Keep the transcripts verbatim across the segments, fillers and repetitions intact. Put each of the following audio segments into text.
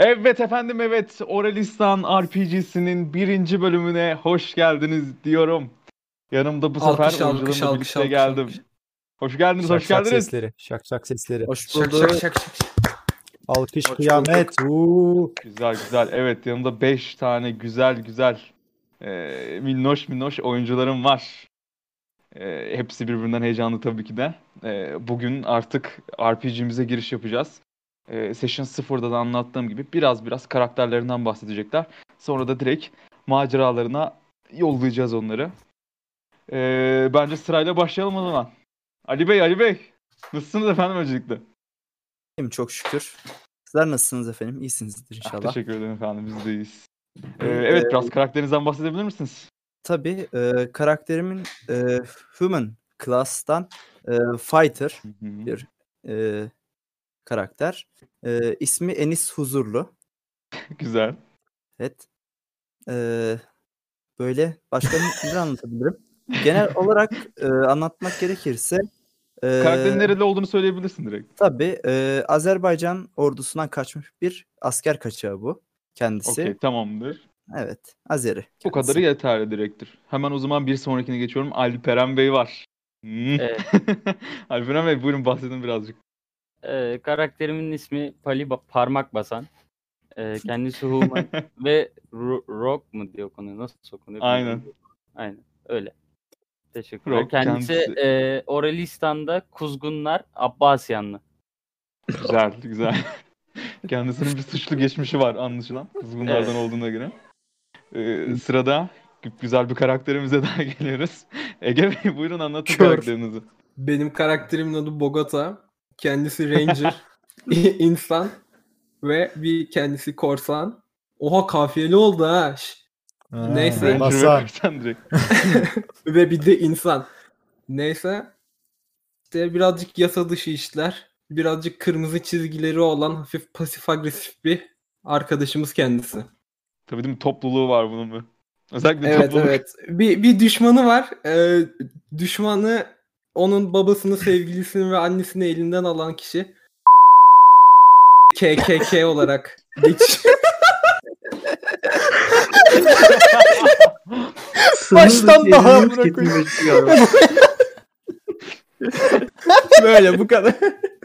Evet efendim, evet, Oralistan R P G'sinin birinci bölümüne hoş geldiniz diyorum. Yanımda bu sefer Alkış alkış oyuncularımla alkış birlikte alkış geldim. alkış. Hoş geldiniz, Şak hoş şak geldiniz. sesleri. Şak şak sesleri. Hoş Şak bulduk. şak şak şak. Alkış Hoş kıyamet. Uuu. Güzel güzel, evet, yanımda beş tane güzel güzel e, minnoş minnoş oyuncularım var. E, hepsi birbirinden heyecanlı tabii ki de. E, bugün artık R P G'mize giriş yapacağız. E, Session sıfırda da anlattığım gibi biraz biraz karakterlerinden bahsedecekler. Sonra da direkt maceralarına yollayacağız onları. Ee, bence sırayla başlayalım o zaman. Ali Bey, Ali Bey. Nasılsınız efendim öncelikle? İyiyim çok şükür. Sizler nasılsınız efendim? İyisinizdir Ah, inşallah. teşekkür ederim efendim, biz de iyiyiz. Ee, evet, biraz karakterinizden bahsedebilir misiniz? Tabii e, karakterimin e, Human Class'tan e, Fighter Hı hı. bir e, karakter. E, ismi Enis Huzurlu. Güzel. Evet. E, böyle başka ne anlatabilirim? Genel olarak e, anlatmak gerekirse e, Karakterin nereli olduğunu söyleyebilirsin direkt. tabii e, Azerbaycan ordusundan kaçmış bir asker kaçağı bu kendisi. Okey, tamamdır. Evet, Azeri Bu kendisi. kadarı yeterli direkttir. Hemen o zaman bir sonrakine geçiyorum. Alperen Bey var. Hmm. Evet. Alperen Bey, buyurun bahsedin birazcık. Ee, karakterimin ismi Pali Ba- Parmak Basan. Ee, kendisi Human ve Ro- Rock mu diye okunuyor? Nasıl okunuyor? Aynen. bilmiyorum. Aynen. Öyle. Teşekkürler. Rock, kendisi kendisi- e, Oralistan'da Kuzgunlar Abbasiyanlı. Güzel, güzel. Kendisinin bir suçlu geçmişi var anlaşılan. Kızgınlardan Evet. olduğuna göre. Ee, sırada güzel bir karakterimize daha geliyoruz. Ege Bey, buyurun anlatın Kör. karakterinizi. Benim karakterimin adı Bogota. Kendisi Ranger. insan. Ve bir kendisi korsan. Oha kafiyeli oldu ha. Şş. Ha, Neyse. Ranger ve Basan. korsan direkt. Ve bir de insan. Neyse. İşte birazcık yasa dışı işler. Birazcık kırmızı çizgileri olan hafif pasif agresif bir arkadaşımız kendisi. Tabii değil mi? Topluluğu var bunun mu? Özellikle Evet topluluk. evet. Bir, bir düşmanı var. Ee, düşmanı onun babasını, sevgilisini ve annesini elinden alan kişi K K K olarak geçiyor. Baştan daha amına koyayım. Böyle bu kadar.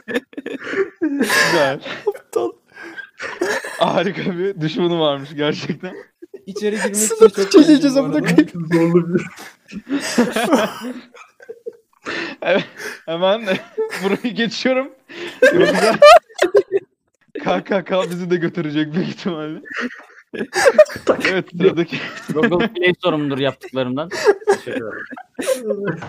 Güzel. Aptal. Harika bir düşmanı varmış gerçekten. İçeri girmek için Sınıf çok çeleceğiz korktum bu amına arada. koyayım. Evet, hemen burayı geçiyorum. Yoksa K K K bizi de götürecek büyük ihtimalle. Evet, sıradaki. Google Play sorumludur yaptıklarımdan. Teşekkür ederim.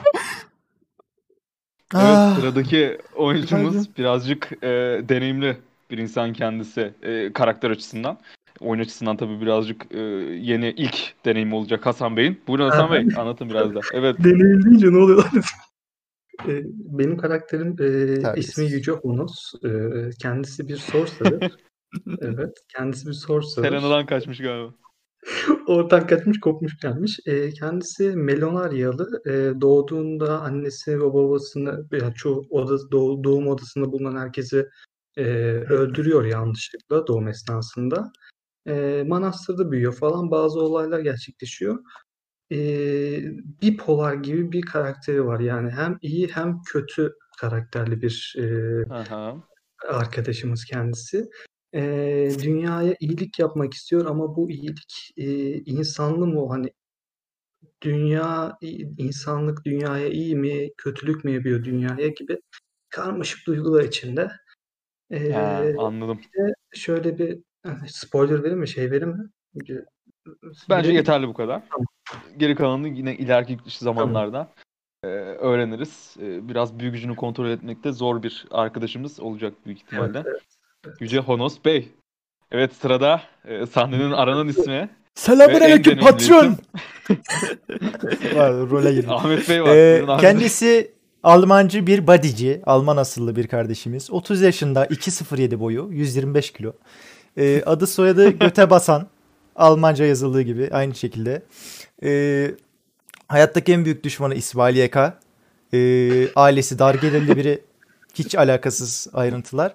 Evet, Ah, sıradaki oyuncumuz Efendim? birazcık e, deneyimli bir insan kendisi, e, karakter açısından. Oyun açısından tabii birazcık e, yeni ilk deneyim olacak Hasan Bey'in. Buyurun Hasan Bey, anlatın biraz da. Evet, Deneyim deyince ne oluyor lan? E, Benim karakterim e, Terbiyesiz. ismi Yüce Honos. E, kendisi bir sorcerer. Evet, kendisi bir sorcerer. Selena'dan kaçmış galiba. Oradan kaçmış, kopmuş gelmiş. E, kendisi Melonaryalı. E, doğduğunda annesi ve babasını, yani çoğu oda, doğ- doğum odasında bulunan herkesi e, öldürüyor yanlışlıkla doğum esnasında. E, manastırda büyüyor falan. Bazı olaylar gerçekleşiyor. E, bipolar gibi bir karakteri var. Yani hem iyi hem kötü karakterli bir e, Aha. arkadaşımız kendisi. Ee, dünyaya iyilik yapmak istiyor ama bu iyilik e, insanlı mı? Hani dünya, insanlık dünyaya iyi mi, kötülük mü yapıyor dünyaya gibi karmaşık duygular içinde. Ee, Ha, anladım. bir de şöyle bir spoiler vereyim mi, şey vereyim mi? Bence Bir de- yeterli bu kadar. Tamam. Geri kalanını yine ileriki zamanlarda e, öğreniriz. E, biraz büyü gücünü kontrol etmekte zor bir arkadaşımız olacak büyük ihtimalle. Yüce Honos Bey. Evet, sırada e, sahnenin aranan ismi. Ve en Selamünaleyküm deneyimli patron. isim. Var, role girdim. Ahmet Bey var. Ee, Buyurun Ahmet Bey. kendisi Almancı bir bodyci. Alman asıllı bir kardeşimiz. otuz yaşında, iki sıfır yedi boyu, yüz yirmi beş kilo. Ee, adı soyadı Göte Basan. Almanca yazıldığı gibi aynı şekilde. Ee, hayattaki en büyük düşmanı İsmail Y K. Ee, ailesi dar gelirli biri. Hiç alakasız ayrıntılar.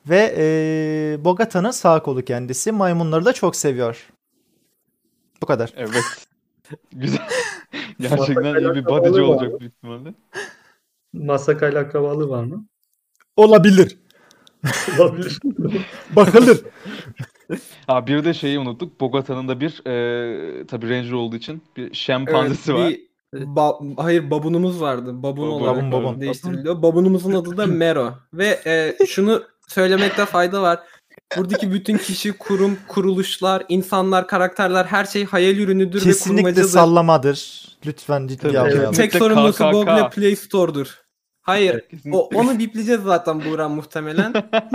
Ve e, Bogota'nın sağ kolu kendisi. Maymunları da çok seviyor. Bu kadar. Evet. Güzel. Gerçekten Masakayla iyi bir akrabalığı bodyci var olacak mı? büyük ihtimalle. Masakayla akrabalığı var mı? Olabilir. Olabilir. Bakılır. Ha bir de şeyi unuttuk. Bogota'nın da bir e, tabii Ranger olduğu için bir Evet, şempanzesi var. bir ba- hayır babunumuz vardı. Babun Babun, olarak Babun, babun. değiştiriliyor. Babunumuzun adı da Mero. Ve e, şunu söylemekte fayda var. Buradaki bütün kişi, kurum, kuruluşlar, insanlar, karakterler her şey hayal ürünüdür ve Kesinlikle kurmacıdır. sallamadır. Lütfen ciddiye Tabii, almayalım. kesinlikle. Tek sorumlusu K K K. Google Play Store'dur. Hayır. Kesinlikle. O, onu bipleyeceğiz zaten Buğra muhtemelen.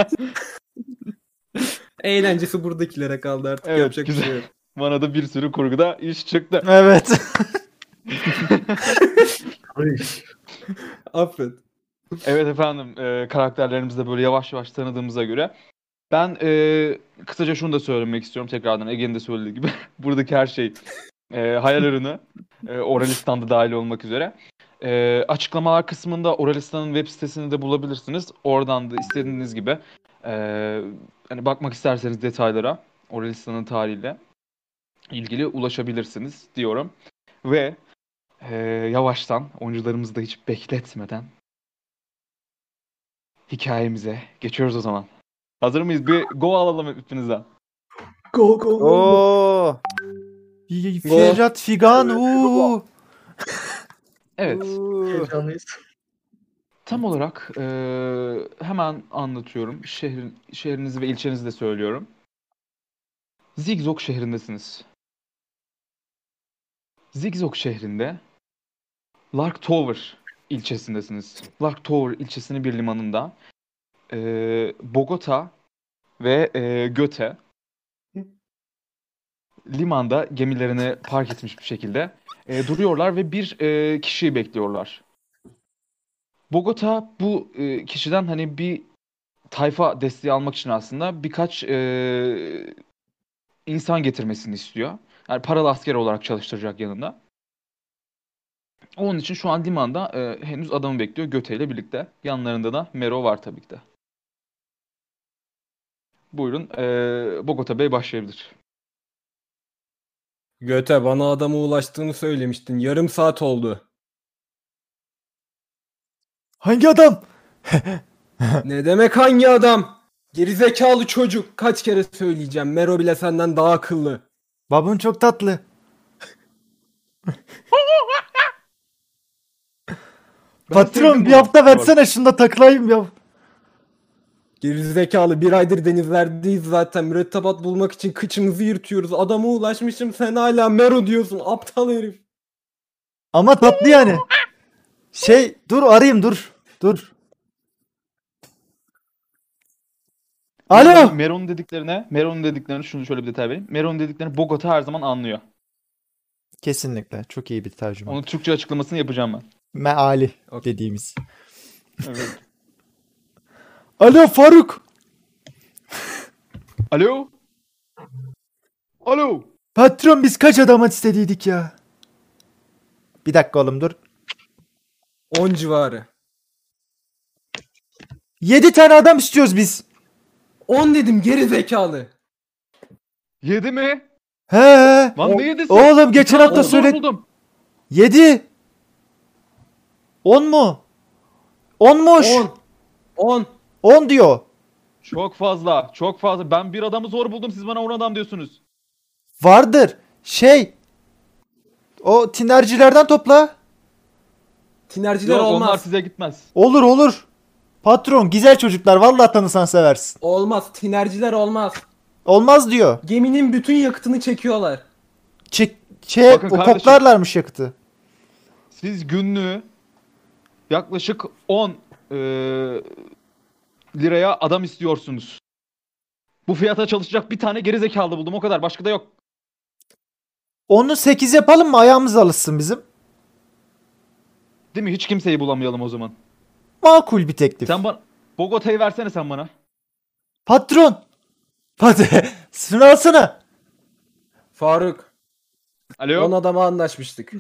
Eğlencesi buradakilere kaldı artık. Evet, Yapacak bir güzel. şey yok. Bana da bir sürü kurguda iş çıktı. Evet. Ay, Affet. Evet efendim, e, karakterlerimizi de böyle yavaş yavaş tanıdığımıza göre ben e, kısaca şunu da söylemek istiyorum tekrardan Ege'nin de söylediği gibi. Buradaki her şey e, hayal ürünü. E, Oralistan'da dahil olmak üzere. E, açıklamalar kısmında Oralistan'ın web sitesini de bulabilirsiniz. Oradan da istediğiniz gibi e, hani bakmak isterseniz detaylara Oralistan'ın tarihiyle ilgili ulaşabilirsiniz diyorum. Ve e, yavaştan oyuncularımızı da hiç bekletmeden hikayemize geçiyoruz o zaman. Hazır mıyız? Bir go alalım hepinizden. Go go go. Oo. Ferhat Figan. uuu. Evet. Heyecanlıyız. Tam olarak eee, hemen anlatıyorum. Şehrin, şehrinizi ve ilçenizi de söylüyorum. Zigzog şehrindesiniz. Zigzog şehrinde Lark Tower ilçesindesiniz. Lark Tower ilçesinin bir limanında eee, Bogota ve eee, Göte limanda gemilerini park etmiş bir şekilde eee, duruyorlar ve bir eee, kişiyi bekliyorlar. Bogota bu eee, kişiden hani bir tayfa desteği almak için aslında birkaç eee, insan getirmesini istiyor. Yani paralı asker olarak çalıştıracak yanında. Onun için şu an limanda eee, henüz adamı bekliyor Göte ile birlikte. Yanlarında da Mero var tabii ki de. Buyurun eee, Bogota Bey başlayabilir. Göte bana adama ulaştığını söylemiştin. Yarım saat oldu. Hangi adam? Ne demek hangi adam? Gerizekalı çocuk. Kaç kere söyleyeceğim. Mero bile senden daha akıllı. Babun çok tatlı. Ben Patron sevdim bir bunu. hafta versene şunda takılayım ya. Gerizekalı bir aydır denizlerdeyiz zaten. Mürettebat bulmak için kıçımızı yırtıyoruz. Adama ulaşmışım sen hala Mero diyorsun. Aptal herif. Ama tatlı yani. Şey dur arayayım dur. Dur. Alo. Meron dediklerine, Meron dediklerini şunu şöyle bir detay vereyim. Meron dediklerini Bogota her zaman anlıyor. Kesinlikle çok iyi bir tercüman. Onun Türkçe açıklamasını yapacağım ben. Meali Okey. dediğimiz. Evet. Alo Faruk. Alo? Alo? Patron biz kaç adam istediydik ya? Bir dakika oğlum dur. on civarı. Yedi tane adam istiyoruz biz. on dedim gerizekalı. Yedi mi? He. Lan ne yedisi? Oğlum geçen Bir hafta tane zor söyle. buldum. Yedi. On mu? Onmuş. on. on. On diyor. Çok fazla, çok fazla. Ben bir adamı zor buldum, siz bana on adam diyorsunuz. Vardır. Şey. O tinercilerden topla. Tinerciler Yok, olmaz. onlar size gitmez. Olur olur. Patron güzel çocuklar vallahi tanısan seversin. Olmaz. Tinerciler olmaz. Olmaz diyor. Geminin bütün yakıtını çekiyorlar. Çek, şey, Bakın o kardeşim. koklarlarmış yakıtı. Siz günlüğü yaklaşık on eee, liraya adam istiyorsunuz. Bu fiyata çalışacak bir tane gerizekalı buldum, o kadar. Başka da yok. Onu sekiz yapalım mı ayağımız alışsın bizim. Değil mi? Hiç kimseyi bulamayalım o zaman. Makul bir teklif. Sen bana Bogota'yı versene sen bana. Patron. Hadi şunu alsana. Faruk. Alo? on adama anlaşmıştık.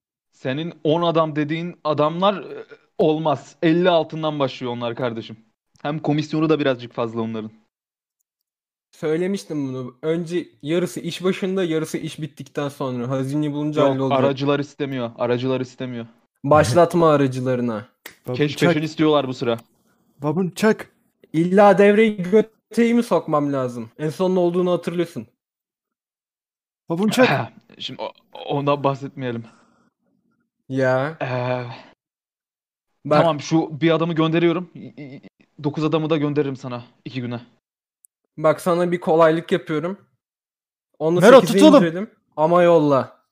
Senin on adam dediğin adamlar e, olmaz. elli altından başlıyor onlar kardeşim. Hem komisyonu da birazcık fazla onların. Söylemiştim bunu. Önce yarısı iş başında, yarısı iş bittikten sonra. Hazineyi bulunca Yok, hallolacak. aracılar istemiyor. Aracılar istemiyor. Başlatma aracılarına. Babun Keş çak. peşin istiyorlar bu sıra. Babun çak. İlla devreyi göteyi mi sokmam lazım? En son ne olduğunu hatırlıyorsun. Babun çak. Şimdi o- ondan bahsetmeyelim. Ya. Ee, Bak, tamam, şu bir adamı gönderiyorum. Dokuz adamı da gönderirim sana iki güne. bak sana bir kolaylık yapıyorum. Onu Mero, sekize tut oğlum. indirelim ama yolla.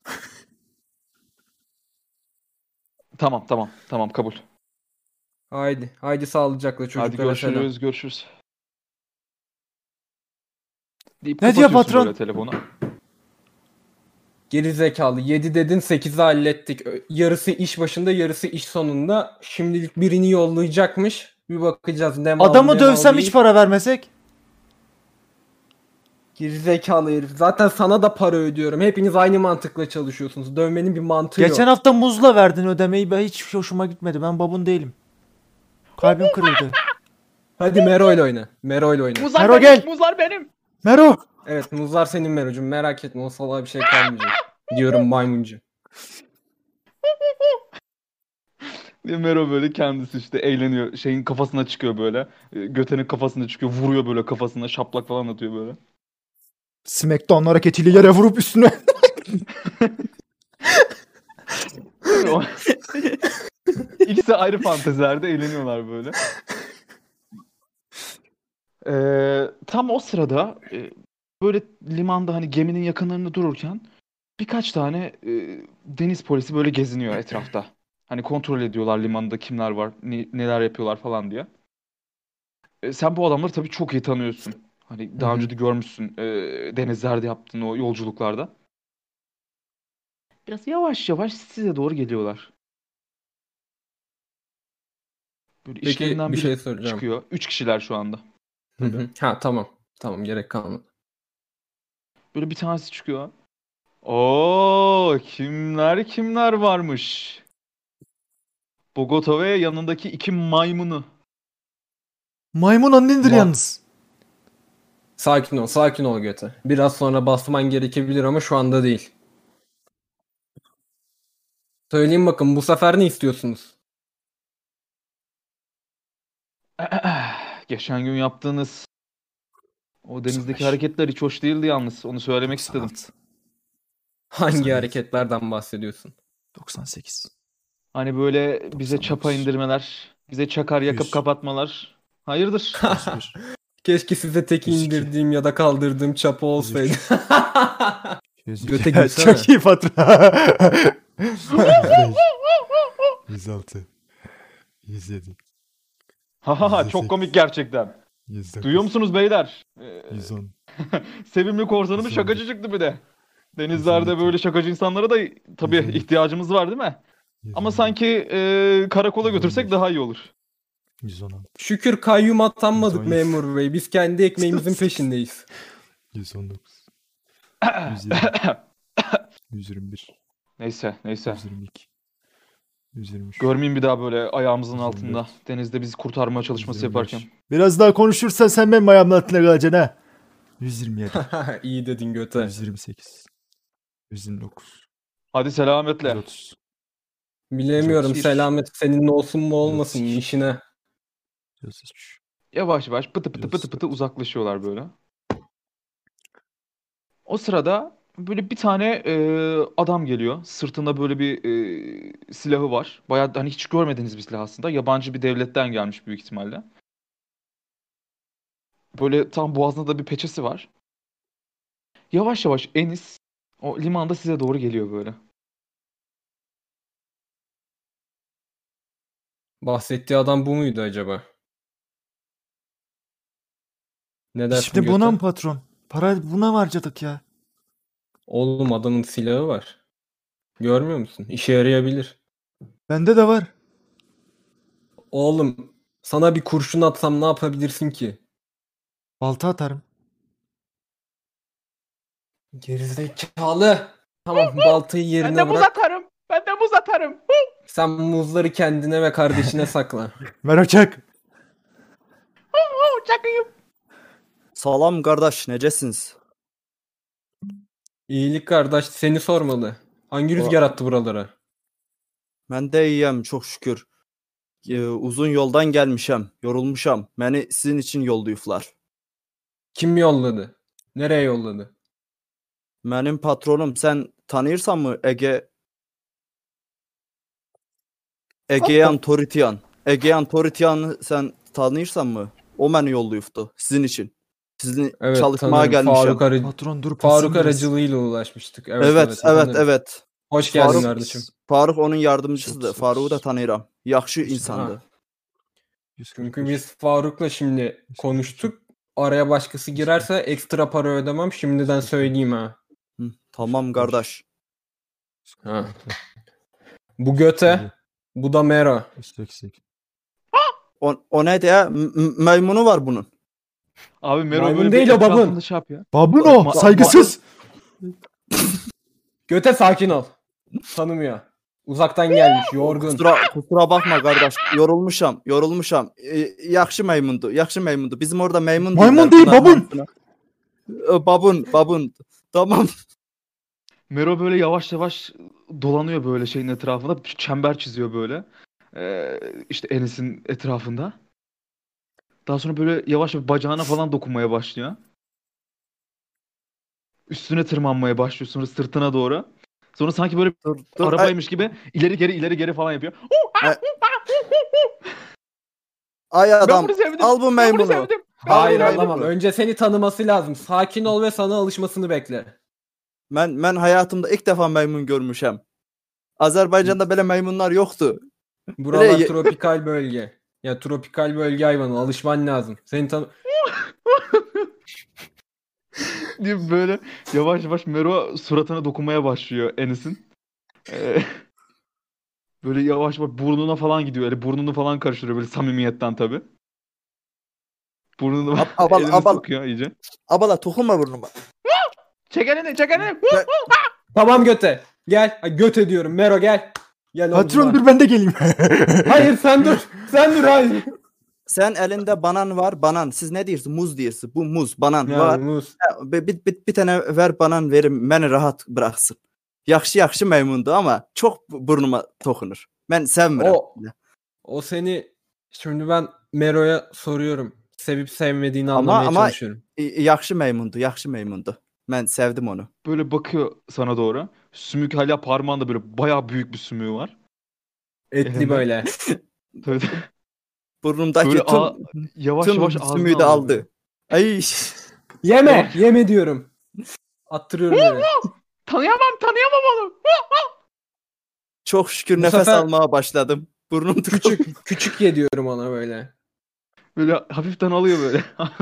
Tamam tamam tamam, kabul. Haydi. Haydi sağlıcakla Hadi çocuklara selam. görüşürüz görüşürüz. Deyip Ne diyor kapatıyorsun patron? böyle telefonu. Geri zekalı. yedi dedin, sekizi hallettik. Ö- Yarısı iş başında, yarısı iş sonunda. Şimdilik birini yollayacakmış. Bir bakacağız. Ne mal, Adamı ne dövsem mal hiç değil. para vermesek. Geri zekalı herif. Zaten sana da para ödüyorum. Hepiniz aynı mantıkla çalışıyorsunuz. Dövmenin bir mantığı Geçen yok. hafta muzla verdin ödemeyi. Ben hiç hoşuma gitmedi. Ben babun değilim. Kalbim kırıldı. Hadi Mero ile oyna. Mero ile oyna. Muzlar Mero benim, gel. muzlar benim. Mero. Evet, muzlar senin Mero'cum. Merak etme, o salağa bir şey kalmayacak. Diyorum maymuncu. Diye Mero böyle kendisi işte eğleniyor. Şeyin kafasına çıkıyor böyle. E, Götenin kafasına çıkıyor. Vuruyor böyle kafasına. Şaplak falan atıyor böyle. Smackdown hareketiyle yere vurup üstüne. O- İkisi ayrı fantezilerde eğleniyorlar böyle. Ee, tam o sırada e, böyle limanda hani geminin yakınlarında dururken birkaç tane e, deniz polisi böyle geziniyor etrafta. Hani kontrol ediyorlar limanda kimler var, ne- neler yapıyorlar falan diye. E, sen bu adamları tabii çok iyi tanıyorsun. Hani daha Hı hı. önce de görmüşsün e, denizlerde yaptığın o yolculuklarda. Biraz yavaş yavaş size doğru geliyorlar. Böyle Peki işlerinden bir biri şey soracağım. çıkıyor. Üç kişiler şu anda. Hı hı. Ha tamam. Tamam, gerek kalmadı. Böyle bir tanesi çıkıyor. Oo, kimler kimler varmış. Bogota ve yanındaki iki maymunu. Maymun annendir Ma- yalnız. Sakin ol, sakin ol Göte. Biraz sonra basman gerekebilir ama şu anda değil. Söyleyeyim bakın, bu sefer ne istiyorsunuz? Geçen gün yaptığınız o denizdeki doksan beş. hareketler hiç hoş değildi yalnız. Onu söylemek istedim. doksan altı. Hangi doksan yedi. hareketlerden bahsediyorsun? doksan sekiz. Hani böyle bize doksan çapa dokuz. indirmeler, bize çakar yakıp yüz. kapatmalar. Hayırdır? yüz bir. Keşke size tek yüz iki. indirdiğim ya da kaldırdığım çapa olsaydı. yüz iki. Göte Ya, gülsene. çok iyi patron. yüz altı. yüz yedi. Ha ha ha, yüzde çok sekiz. komik gerçekten. yüz dokuz. Duyuyor musunuz beyler? Ee, yüz on. sevimli korsanımız yüz on bir. şakacı çıktı bir de. Denizlerde yüz on iki. böyle şakacı insanlara da tabii yüz on iki. ihtiyacımız var değil mi? yüz Ama on dört. sanki e, karakola yüz on götürsek beş. daha iyi olur. yüz on altı. Şükür kayyum atanmadık yüz on yedi. memur bey. Biz kendi ekmeğimizin peşindeyiz. yüz on dokuz. yüz yirmi. yüz yirmi bir. Neyse neyse. yüz yirmi iki. yüz yirmi üç. Görmeyeyim bir daha böyle ayağımızın yüz on altında. dört. Denizde bizi kurtarma çalışması yüz yirmi beş. yaparken. Biraz daha konuşursan sen benim ayağımın altına kalacaksın ha. yüz yirmi yedi. İyi dedin Göte. yüz yirmi sekiz. yüz yirmi dokuz. Hadi selametle. yüz otuz. Bilemiyorum, Çok iyi. selamet senin olsun mu olmasın mı Yok. işine. yüz otuz üç. Yavaş yavaş pıtı pıtı pıtı pıtı uzaklaşıyorlar böyle. O sırada böyle bir tane e, adam geliyor. Sırtında böyle bir e, silahı var. Bayağı hani hiç görmediğiniz bir silah aslında. Yabancı bir devletten gelmiş büyük ihtimalle. Böyle tam boğazında da bir peçesi var. Yavaş yavaş Enis o limanda size doğru geliyor böyle. Bahsettiği adam bu muydu acaba? Ne dersin İşte Göte? buna mı patron? Para buna mı harcadık ya? Oğlum, adamın silahı var. Görmüyor musun? İşe yarayabilir. Bende de var. Oğlum, sana bir kurşun atsam ne yapabilirsin ki? Balta atarım. Gerizekalı. Tamam, baltayı yerine bırak. atarım. Ben de muz atarım. Sen muzları kendine ve kardeşine sakla. Ver çak. çakayım. Salam kardeş, necesiniz? İyilik kardeş seni sormalı. Hangi rüzgar attı buralara? Ben de iyiyim çok şükür. Ee, uzun yoldan gelmişim, yorulmuşam. Beni sizin için yollayıflar. Kim yolladı? Nereye yolladı? Benim patronum sen tanıyorsan mı Ege Egean Toritian? Egean Toritian'ı sen tanıyorsan mı? O beni yollayıftı sizin için. Sizin Evet çalışmaya tanırım. gelmişim. Faruk, arı- Patron dur Faruk pasın biraz. aracılığıyla ulaşmıştık. Evet Evet, evet. evet, tanırım. evet. Hoş geldin Faruk, kardeşim. Faruk onun yardımcısıdır. Çok sağ ol. Faruk'u da tanıyorum. Yaxşı Ha. insandı. Çünkü biz Faruk'la şimdi konuştuk. Araya başkası girerse ekstra para ödemem. Şimdiden söyleyeyim ha. Hı, tamam kardeş. Ha. Bu göte, bu da Mero. O, o ne diye? M- m- meymunu var bunun. Abi Mero Maymun böyle değil bir o, babun. etrafında şey yap ya. Babun Ma- o saygısız. Göte sakin ol. Tanımıyor. Uzaktan gelmiş, yorgun. Kusura, kusura bakma kardeş. Yorulmuşam, yorulmuşam. Ee, yaxşı meymundu, yaxşı meymundu. Bizim orada meymun Maymun derler değil, bunların babun. hamısına. Ee, Babun, babun. Tamam. Mero böyle yavaş yavaş dolanıyor böyle şeyin etrafında. Çember çiziyor böyle. Ee, işte Enes'in etrafında. Daha sonra böyle yavaş yavaş bacağına falan dokunmaya başlıyor. Üstüne tırmanmaya başlıyor sonra sırtına doğru. Sonra sanki böyle Dur, dur. Ay, arabaymış gibi ileri geri ileri geri falan yapıyor. ay Ben adam, bunu sevdim. al bu Ben bunu meymunu. sevdim. Hayır Hayır, alamam. hayır. Önce seni tanıması lazım. Sakin ol ve sana alışmasını bekle. Ben, ben hayatımda ilk defa meymun görmüşüm. Azerbaycan'da böyle meymunlar yoktu. Buralar Öyle- tropikal bölge. Ya tropikal bölge hayvanı. Alışman lazım. Seni tan Diye böyle yavaş yavaş Mero suratına dokunmaya başlıyor Enes'in. Ee, böyle yavaş yavaş burnuna falan gidiyor. Öyle burnunu falan karıştırıyor böyle samimiyetten tabii. Burnunu Ab- abal- elini abal- sokuyor iyice. Abala dokunma burnuma. Çek elini çek elini. Tamam göte. Gel. Ay, göte diyorum. Mero gel. Gel Patron omzuma. dur ben de geleyim. Hayır sen dur. Sen dur hayır. Sen elinde banan var, banan. Siz ne diyorsunuz? Muz diyorsunuz. Bu muz, banan Ya, var. Mus. Bir, bir, bir, bir tane ver banan verim, beni rahat bıraksın. Yaxşı yaxşı meymundu ama çok burnuma tokunur. Ben sevmiyorum. O, o seni şimdi ben Mero'ya soruyorum. Sevip sevmediğini Ama- anlamaya ama- çalışıyorum. Y- Yaxşı meymundu, yaxşı meymundu. Ben sevdim onu. Böyle bakıyor sana doğru. Sümük hala parmağında böyle bayağı büyük bir sümüğü var. Etli Elinde. böyle. Tabii. Burnumdaki Böyle tüm, a- yavaş tüm yavaş ağzına sümüğü de alıyor aldı. böyle. Ay. Yeme. Yeme diyorum. Attırıyorum beni. Tanıyamam tanıyamam onu. Çok şükür Bu nefes sefer- almaya başladım. Burnum tıkalı. Küçük. Küçük ye diyorum ona böyle. Böyle hafiften alıyor böyle.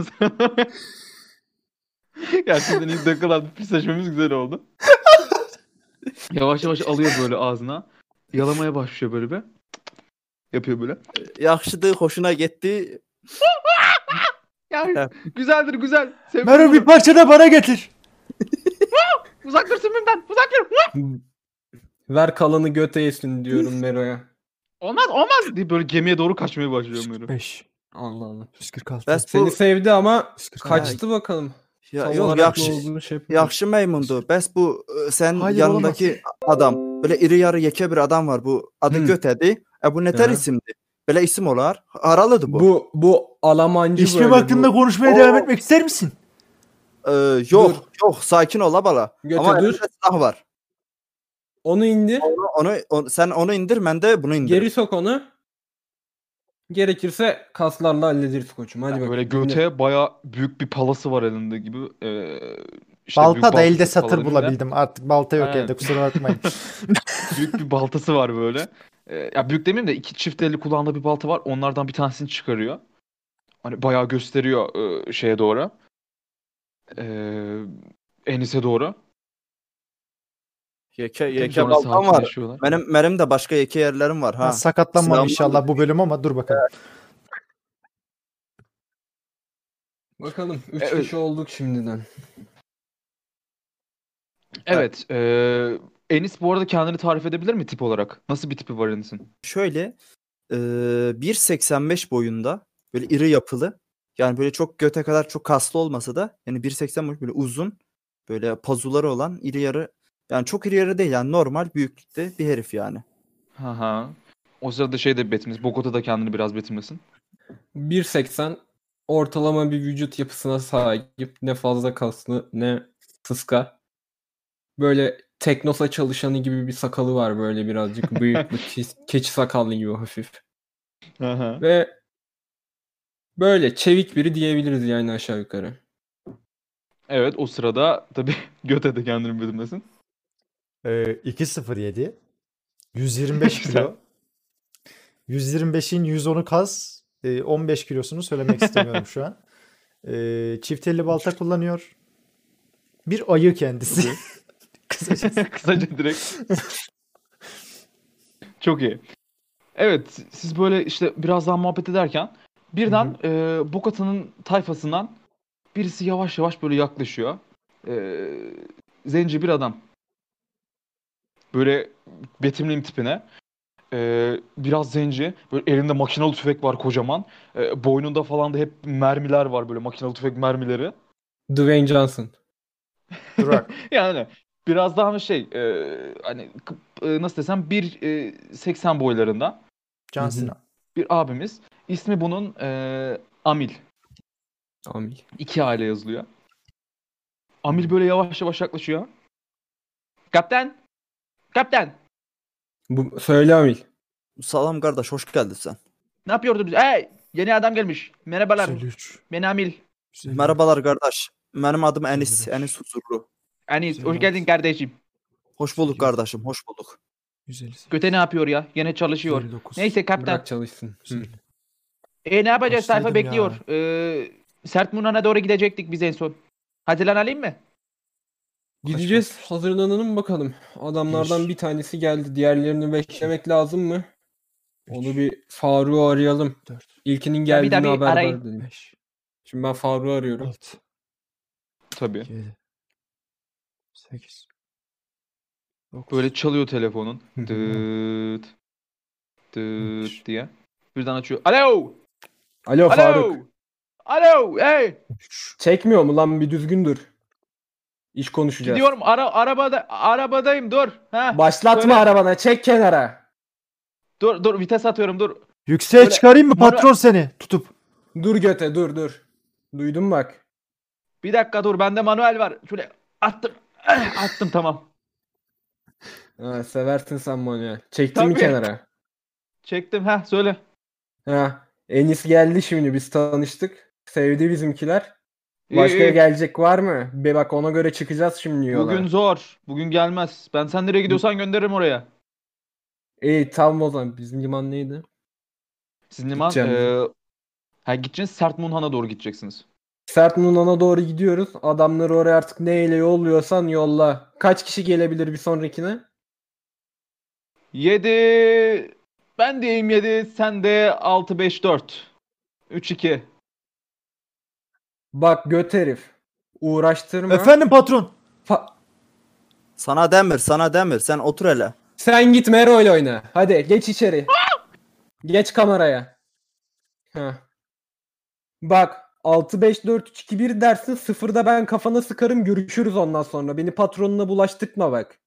Gerçekten ilk dakikalarda pisleşmemiz güzel oldu. Yavaş yavaş alıyor böyle ağzına. Yalamaya başlıyor böyle bir. Yapıyor böyle. Yaxşıdır, hoşuna gitti. Ya Evet. güzeldir güzel. Sevdim Mero bunu. bir parça da bana getir. Uzak dur sümüğümden. Uzak dur. Ver kalanı göte yesin diyorum Mero'ya. Olmaz olmaz diye böyle gemiye doğru kaçmaya başlıyor Mero. yüz kırk beş. Allah Allah. yüz kırk altı. Bes Seni bu sevdi ama yüz kırk altı. kaçtı bakalım. ya, Tam yok olarak yaxşı. ne olduğunu şey yapamıyorum. Yaxşı meymundu. Bes bu e, sen Hayır, yanındaki adam böyle iri yarı yeke bir adam var. Bu adı Hı. Göte'di. E bu neter Aha. isimdi. Böyle isim olar. Haralıdı bu. Bu bu Almancı İşte böyle. vaktinde bu. konuşmaya Oo. devam etmek ister misin? Ee, yok Dur. yok sakin ol abala. Göte Ama dur. elinde silah var. Onu indir. Onu, onu, onu- sen onu indir ben de bunu indir. Geri sok onu. Gerekirse kaslarla hallederiz koçum. Hadi bakalım. Böyle indir. göğte bayağı büyük bir palası var elinde gibi. Ee, işte büyük Balta da elde baltası satır falan elinde. bulabildim. Artık balta yok Aynen. evde kusura bakmayın. Büyük bir baltası var böyle. Ee, ya büyük demeyeyim de iki çift elli kulağında bir balta var. Onlardan bir tanesini çıkarıyor. Hani bayağı gösteriyor e, şeye doğru. Ee, Enis'e doğru. Yeke, Tabii yeke sonra baltam var. sakinleşiyorlar. Benim, benim de başka yeke yerlerim var. Ben ha. sakatlanmam Silahım inşallah bu bölüm ama dur bakalım. Bakalım. Üç Evet. kişi olduk şimdiden. Evet. eee, Enis bu arada kendini tarif edebilir mi tip olarak? Nasıl bir tipi var Enis'in? Şöyle e, bir seksen beş boyunda böyle iri yapılı Yani böyle çok göte kadar çok kaslı olmasa da yani bir seksen boy böyle uzun böyle pazuları olan iri yarı yani çok iri yarı değil yani normal büyüklükte bir herif yani. Ha ha. O sırada şey de betimlesin. Bogota da kendini biraz betimlesin. bir seksen ortalama bir vücut yapısına sahip. Ne fazla kaslı ne sıska. Böyle Teknosa çalışanı gibi bir sakalı var, böyle birazcık bıyıklı ke- keçi sakallı gibi hafif. Ha ha. Ve böyle çevik biri diyebiliriz yani aşağı yukarı. Evet, o sırada tabii Göte de kendini betimlesin. Ee, iki sıfır yedi. yüz yirmi beş Güzel. kilo. yüz yirmi beşin yüz onu kas. Ee, on beş kilosunu söylemek istemiyorum şu an. Ee, çift elli balta kullanıyor. Bir ayı kendisi. Okey. Kısacası. Kısaca direkt. Çok iyi. Evet, siz böyle işte biraz daha muhabbet ederken birden e, Bogota'nın tayfasından birisi yavaş yavaş böyle yaklaşıyor. E, zenci bir adam. Böyle betimleyeyim tipine. E, biraz zenci. Böyle elinde makinalı tüfek var kocaman. E, boynunda falan da hep mermiler var, böyle makinalı tüfek mermileri. Dwayne Johnson. Durak. Yani biraz daha şey e, hani k- e, nasıl desem bir e, seksen boylarında John Cena. bir abimiz. İsmi bunun e, Amil. Amil. İki aile yazılıyor. Amil böyle yavaş yavaş yaklaşıyor. Kaptan! Kaptan! Bu söyle Amil. Salam kardeş hoş geldin sen. Ne yapıyordunuz? Hey! Yeni adam gelmiş. Merhabalar. yüz elli üç. Ben Amil. yüz elli dört. Merhabalar kardeş. Benim adım Enis. yüz elli beş. Enis Huzurlu. Anis, Güzel hoş geldin olsun. kardeşim. Hoş bulduk yüz elli. kardeşim. Hoş bulduk. yüz elli sekiz. Göte ne yapıyor ya? Yine çalışıyor. yüz elli dokuz. Neyse kaptan. Bırak çalışsın. yüz Hı. elli. E ne yapacağız? Sayfa Kaçtaydım bekliyor. ya? Ee, Sert Munan'a doğru gidecektik biz en son. Hazırlanalım mı? Gideceğiz. Kaç Hazırlanalım bakalım. Adamlardan Bir. bir tanesi geldi. Diğerlerini beklemek lazım mı? Onu Üç. bir Faruk'u arayalım. dört. İlkinin Tabii, geldiğini tabii, haberdar arayın. edelim. beş. Şimdi ben Faruk'u arıyorum. altı. Tabii. yedi. sekiz. dokuz. Böyle çalıyor telefonun. Hı hı. Dıt. on beş. Dıt diye. Birden açıyor. Alo! Alo Faruk. Alo! Alo! Hey! üç. Çekmiyor mu lan, bir düzgün dur. İş konuşacağız. Gidiyorum. Ara arabada arabadayım. Dur. Ha. Başlatma Söyle. arabana, çek kenara. Dur dur vites atıyorum dur. Yükseğe Böyle çıkarayım mı manuel- patron seni tutup? Dur göte, dur dur. Duydun bak. Bir dakika dur. Bende manuel var. Şöyle attım. Ah, attım tamam. Ha, seversin sen manuel. Çektin mi Tabii. kenara? Çektim. Ha söyle. Ha, Enis geldi şimdi, biz tanıştık. Sevdi bizimkiler. İyi, Başka iyi. gelecek var mı? Be bak, ona göre çıkacağız şimdi yola. Bugün zor. Bugün gelmez. Ben sen nereye gidiyorsan gönderirim oraya. İyi tamam o zaman. Bizim liman neydi? Sizin liman Gideceğim. eee ha, gideceksiniz. Sert Munhan'a doğru gideceksiniz. Sert Nunan'a doğru gidiyoruz. Adamları oraya artık neyle yolluyorsan yolla. Kaç kişi gelebilir bir sonrakine? yedi. Ben diyeyim yedi. Sen de altı beş dört. üç iki. Bak göt herif. Uğraştırma. Efendim patron. Fa- Sana demir sana demir. Sen otur hele. Sen git Mero ile oyna. Hadi geç içeri. Geç kameraya. Heh. Bak altı beş dört üç iki bir dersin, sıfırda ben kafana sıkarım, görüşürüz ondan sonra. Beni patronuna bulaştırma bak.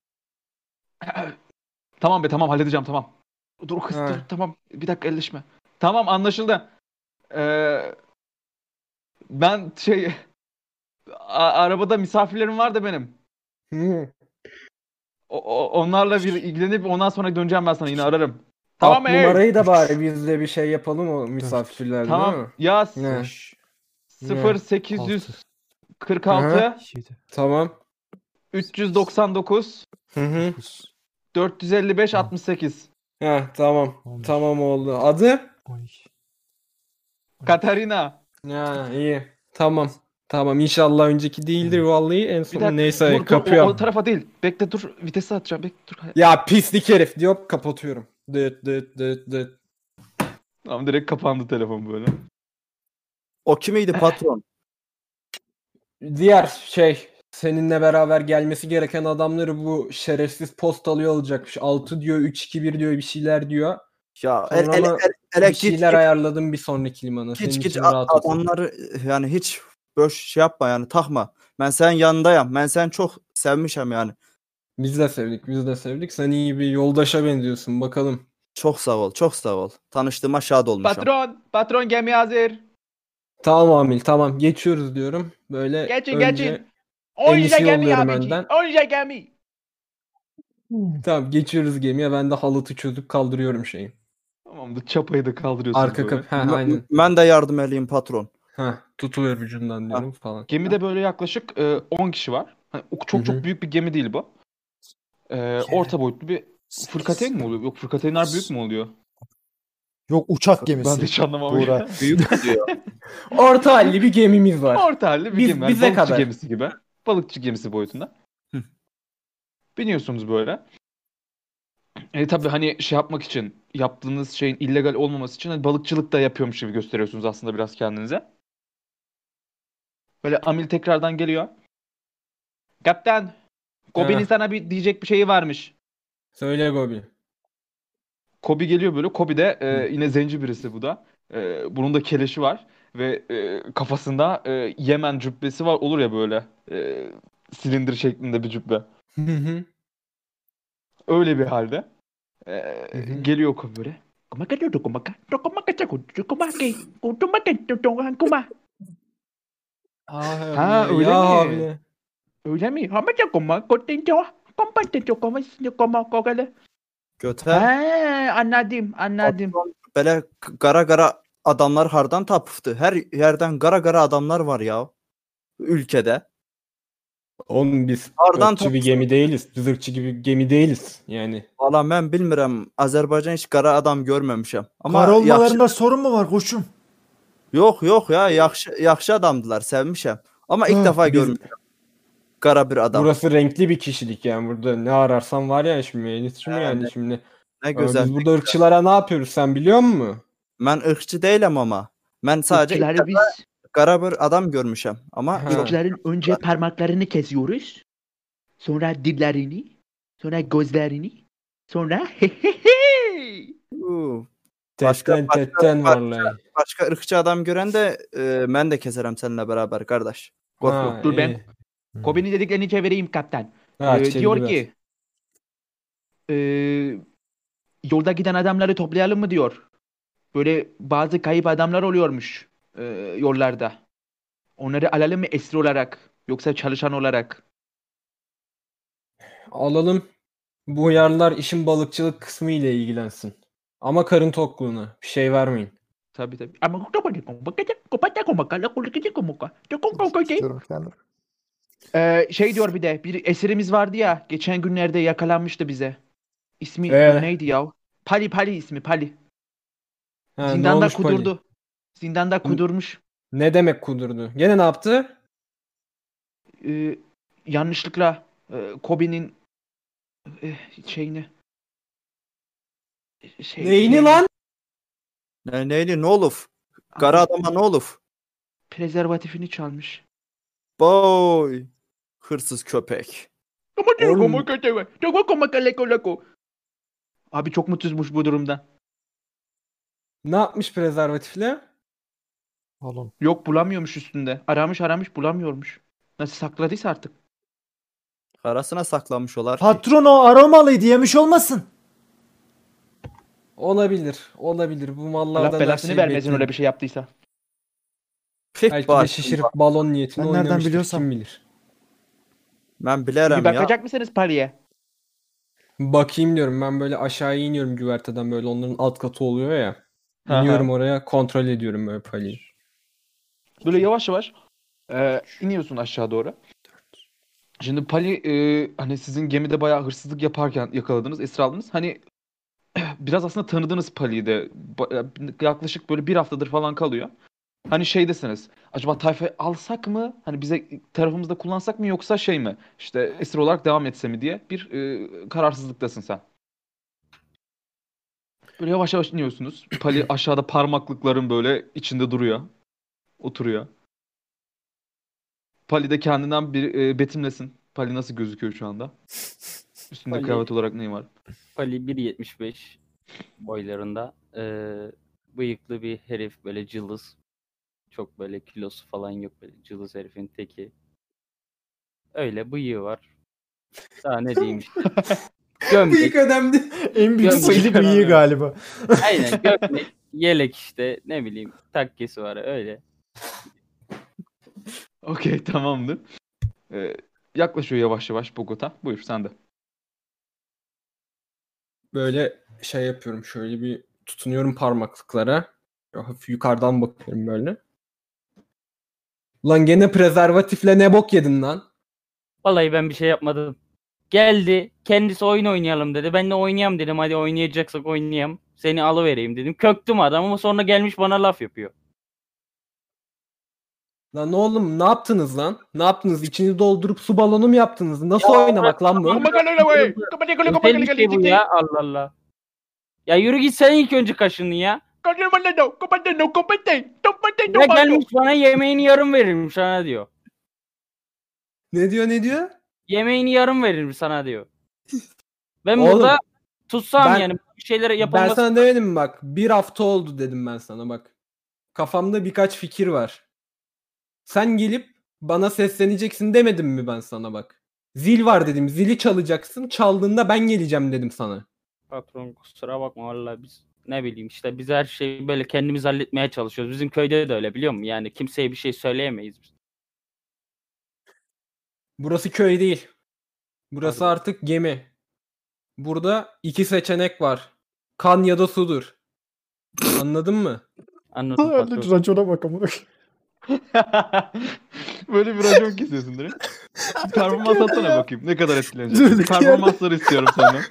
Tamam be tamam halledeceğim tamam. Dur kız Ha. dur tamam. Bir dakika elleşme. Tamam anlaşıldı. Ee, ben şey a- arabada misafirlerim var da benim. Hı. O- o- onlarla bir ilgilenip ondan sonra döneceğim ben sana yine ararım. Tamam Alt mı? Hey? numarayı da bari biz de bir şey yapalım o misafirlerle, değil Tamam mi? yaz. Ne? beş. sıfır sekiz yüz kırk altı yedi. Tamam. üç yüz doksan dokuz Hı hı. dokuz. dört yüz elli beş altmış sekiz. Heh, tamam. on bir. Tamam oldu. Adı? on iki. Katarina. Ha, iyi. Tamam. Tamam, inşallah önceki değildir vallahi, en Bir son dakika neyse dur dur o, kapıyorum. o tarafa değil. Bekle dur vitesi atacağım. Bekle dur. Ya pislik herif diyor, kapatıyorum. Dıt dıt dıt dıt. Tamam direkt kapandı telefon böyle. O kimiydi patron? Diğer şey, seninle beraber gelmesi gereken adamları bu şerefsiz postalıyor olacakmış. altı diyor, üç iki bir diyor, bir şeyler diyor. Ya Sonra el, el, ama- el- Hele bir git şeyler git ayarladım bir sonraki limana. Senin git git için a- rahat ol. adamları yani hiç boş şey yapma yani takma. Ben senin yanındayım. Ben seni çok sevmişim yani. Biz de sevdik, biz de sevdik. Sen iyi bir yoldaşa benziyorsun. Bakalım. Çok sağ ol, çok sağ ol. Tanıştığıma şad olmuşum. Patron, patron gemi hazır. Tamam Amil, tamam. Geçiyoruz diyorum. Böyle Geçin önce geçin. Onca Enis'i gemi yolluyorum abici. önden. Onca gemi. Tamam, geçiyoruz gemiye. Ben de halatı çözüp kaldırıyorum şeyi. Tamamdır. Çapayı da kaldırıyorsunuz Arka böyle. kapı. Ha, M- aynen. Ben de yardım edeyim patron. Ha, tutuver ucundan diyorum falan. Gemide böyle yaklaşık e, on kişi var. Hani o- çok Hı çok hı. büyük bir gemi değil bu. E, orta boyutlu bir fırkateyn mi oluyor? Yok, fırkateynler büyük mü oluyor? Yok, uçak Ben de gemisi. hiç anlamam. Buğra. Büyük oluyor. Orta halli bir gemimiz var. Orta halli bir Biz- gemi. Yani bize balıkçı kadar. gemisi gibi. Balıkçı gemisi boyutunda. Hı. Biniyorsunuz böyle. E tabii hani şey yapmak için, yaptığınız şeyin illegal olmaması için hani balıkçılık da yapıyormuş gibi gösteriyorsunuz aslında biraz kendinize. Böyle Amil tekrardan geliyor. Kaptan, Kobi'nin Ha. sana bir diyecek bir şeyi varmış. Söyle Gobi. Kobi geliyor böyle. Kobi de e, Hı. yine zenci birisi bu da. E, bunun da keleşi var ve e, kafasında e, Yemen cübbesi var olur ya böyle. E, silindir şeklinde bir cübbe. Hı hı. Öyle bir halde. E, Hı hı. geliyor Kobi böyle. Ah Ha, abi, öyle ya mi? abi. Öyle mi? Ha, macam koma, kotin cho, kompatin cho, koma, koma, kokale. Göte. Ha, anladım, anladım. Patron böyle k- gara gara adamlar hardan tapıftı. Her yerden gara gara adamlar var ya. Ülkede. Oğlum biz Hardan ırkçı bir toplusun. gemi değiliz. Biz ırkçı gibi bir gemi değiliz. Yani Valla ben bilmiyorum. Azerbaycan hiç gara adam görmemişim. Ama Kara yaxşı, olmalarında sorun mu var koçum? yok yok ya yaxşı, yaxşı adamdılar. Sevmişim. Ama ilk Ah, defa biz- görmüşüm. Gara bir adam. burası renkli bir kişilik yani. Burada ne ararsan var ya şimdi. Enis'cim yani Evet. şimdi. Ne Ama güzel. biz burada ırkçılara ne yapıyoruz sen biliyor musun? Ben ırkçı değilim ama. Ben sadece ilk Irkçıları defa biz, gara bir adam görmüşüm. Ama Ha. çok ırkçıların önce parmaklarını kesiyoruz. Sonra dillerini. Sonra gözlerini. Sonra Uuu, Başka- Tetten başka- tetten başka- vallahi. başka ırkçı adam gören de e, ben de keserim seninle beraber kardeş. Korkma. Ha, Dur ben- iyi. Kobe'nin dediklerini çevireyim kaptan. Ha, Ee, çeviri diyor ver. ki ee, yolda giden adamları toplayalım mı diyor. Böyle bazı kayıp adamlar oluyormuş ee, yollarda. Onları alalım mı esir olarak yoksa çalışan olarak? Alalım. Bu uyarlar işin balıkçılık kısmı ile ilgilensin. Ama karın tokluğuna. Bir şey vermeyin. Tabii tabii. Ama Ee, şey diyor bir de bir esirimiz vardı ya geçen günlerde yakalanmıştı bize. İsmi Ee? neydi ya? Pali Pali ismi Pali. Ha, ne Zindanda olmuş Pali? kudurdu. Zindanda kudurmuş. Ne demek kudurdu? Gene ne yaptı? Ee, yanlışlıkla e, Kobe'nin e, şeyini şey, Neyini şeyini- lan? Ne, neyli ne olur? Gara adama ne olur? Prezervatifini çalmış. Boy. Hırsız köpek. Oğlum- Abi çok mutsuzmuş bu durumda. Ne yapmış prezervatifle? Oğlum. Yok bulamıyormuş üstünde. Aramış aramış bulamıyormuş. Nasıl sakladıysa artık. Karasına saklanmış olar ki. Patron o aromalıydı, yemiş olmasın? Olabilir. Olabilir. Bu mallardan Allah her belasını şey vermesin beklenir. öyle bir şey yaptıysa. Pek Belki de bağışlayın şişirip bak. balon niyetine Ben nereden oynamıştır. biliyorsam. Kim bilir. Ben bilirim Bir ya. bakacak mısınız Pali'ye? Bakayım diyorum. Ben böyle aşağıya iniyorum güverteden böyle onların alt katı oluyor ya. Hı hı. İniyorum oraya kontrol ediyorum böyle Pali'yi. Böyle yavaş yavaş e, iniyorsun aşağı doğru. Şimdi Pali e, hani sizin gemide bayağı hırsızlık yaparken yakaladınız, esir aldınız. Hani biraz aslında tanıdığınız Pali'yi de Ba- yaklaşık böyle bir haftadır falan kalıyor. Hani şeydesiniz. Acaba tayfayı alsak mı? Hani bize tarafımızda kullansak mı yoksa şey mi? İşte esir olarak devam etse mi diye bir e, kararsızlıktasın sen. Böyle yavaş yavaş iniyorsunuz. Pali aşağıda parmaklıkların böyle içinde duruyor. Oturuyor. Pali de kendinden bir e, betimlesin. Pali nasıl gözüküyor şu anda? Üstünde Pali- kıyafet olarak neyi var? Pali bir yetmiş beş boylarında. Ee, Bıyıklı bir herif böyle cılız. Çok böyle kilosu falan yok böyle cılız herifin teki. Öyle bıyığı var. Daha ne diyeyim işte. Gömlek. Bıyık önemli. En büyük Gömlek skill'i falan bıyığı ya. galiba. Aynen gömlek, yelek işte ne bileyim takkesi var öyle. Okey, tamamdır. Ee, yaklaşıyor yavaş yavaş Bogota. Buyur sen de. Böyle şey yapıyorum. Şöyle bir tutunuyorum parmaklıklara. Hafif yukarıdan bakıyorum böyle. Lan gene prezervatifle ne bok yedin lan? Vallahi ben bir şey yapmadım. Geldi kendisi oyun oynayalım dedi. Ben de oynayayım dedim. Hadi oynayacaksak oynayayım. Seni alıvereyim dedim. Köktüm adam ama sonra gelmiş bana laf yapıyor. Lan oğlum ne yaptınız lan? Ne yaptınız? İçini doldurup su balonu mu yaptınız? Nasıl oynamak lan bu? Özel bir şey bu ya Allah Allah. Ya yürü git sen ilk önce kaşını ya. Ya gelmiş bana yemeğini yarım veririm sana diyor. Ne diyor ne diyor? Yemeğini yarım veririm sana diyor. Ben Oğlum, burada tutsam ben- yani bir şeyler Ben yapılması. sana demedim mi bak? Bir hafta oldu dedim ben sana bak. Kafamda birkaç fikir var. Sen gelip bana sesleneceksin demedim mi ben sana bak? Zil var dedim. Zili çalacaksın. Çaldığında ben geleceğim dedim sana. Patron kusura bakma vallahi biz ne bileyim işte biz her şeyi böyle kendimiz halletmeye çalışıyoruz. Bizim köyde de öyle biliyor musun? Yani kimseye bir şey söyleyemeyiz biz. Burası köy değil. Burası Hadi. artık gemi. Burada iki seçenek var. Kan ya da sudur. Anladın mı? Anladım patron. Racona bak ama. Böyle bir racon kesiyorsun direkt. Bir performans atsana bakayım. Ne kadar etkilenecek. Durduk Performansları istiyorum senden.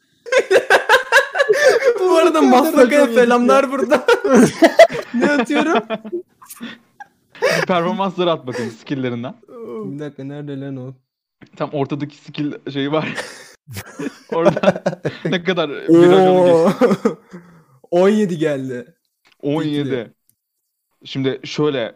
Bu arada Maslaka'ya selamlar burada. Ne atıyorum? Bir performansları at bakayım skill'lerinden. Bir dakika nerede lan o? Tam ortadaki skill şeyi var. Orada ne kadar bir raconu geç. Oo. on yedi geldi. on yedi. Şimdi şöyle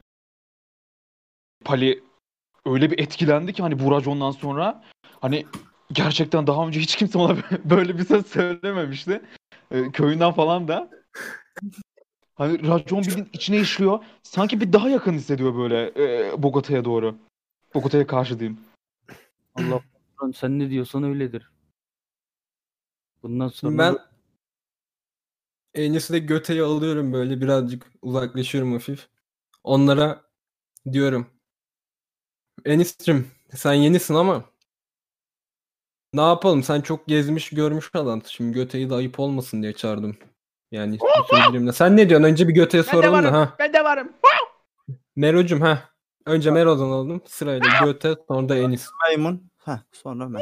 Pali öyle bir etkilendi ki hani bu racondan sonra hani gerçekten daha önce hiç kimse ona böyle bir söz söylememişti. Ee, köyünden falan da. Hani racon bildiğin içine işliyor. Sanki bir daha yakın hissediyor böyle e, Bogota'ya doğru. Bogota'ya karşı diyeyim. Allah patron sen ne diyorsan öyledir. Bundan sonra Şimdi ben en iyisi de göteyi alıyorum böyle birazcık uzaklaşıyorum hafif. Onlara diyorum. Enis'cim sen yenisin ama ne yapalım sen çok gezmiş görmüş adam. Şimdi göteyi de ayıp olmasın diye çağırdım. Yani bir söyleyeyim. Sen ne diyorsun? Önce bir göteye soralım da ha. Ben de varım. Mero'cum ha. Önce Mero'dan alalım. Sırayla göte sonra da Enis. Maymun. Heh, sonra ben.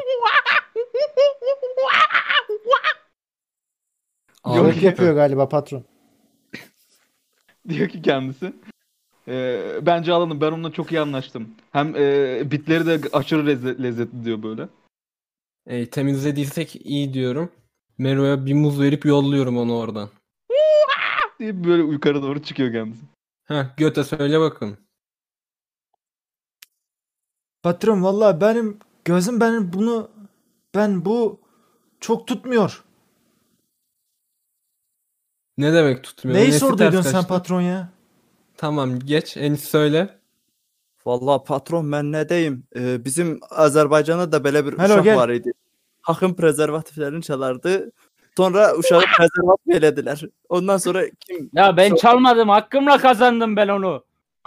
Yok Yok yapıyor galiba patron. Diyor ki kendisi. E, bence alalım. Ben onunla çok iyi anlaştım. Hem e, bitleri de aşırı lezze- lezzetli diyor böyle. E, temizlediysek iyi diyorum. Mero'ya bir muz verip yolluyorum onu oradan. Diye böyle yukarı doğru çıkıyor kendisi. Heh göte söyle bakın. Patron vallahi benim gözüm benim bunu ben bu çok tutmuyor. Ne demek tutmuyor? Neyi Nesi sorduydun ters sen kaçtı? patron ya? Tamam geç Enis söyle. Vallahi patron ben ne diyeyim. Ee, bizim Azerbaycan'da da böyle bir Hello, uşak gel. var idi. Hakın prezervatiflerini çalardı. Sonra uşağı prezervatif elediler. Ondan sonra kim ya ben çalmadım hakkımla kazandım ben onu.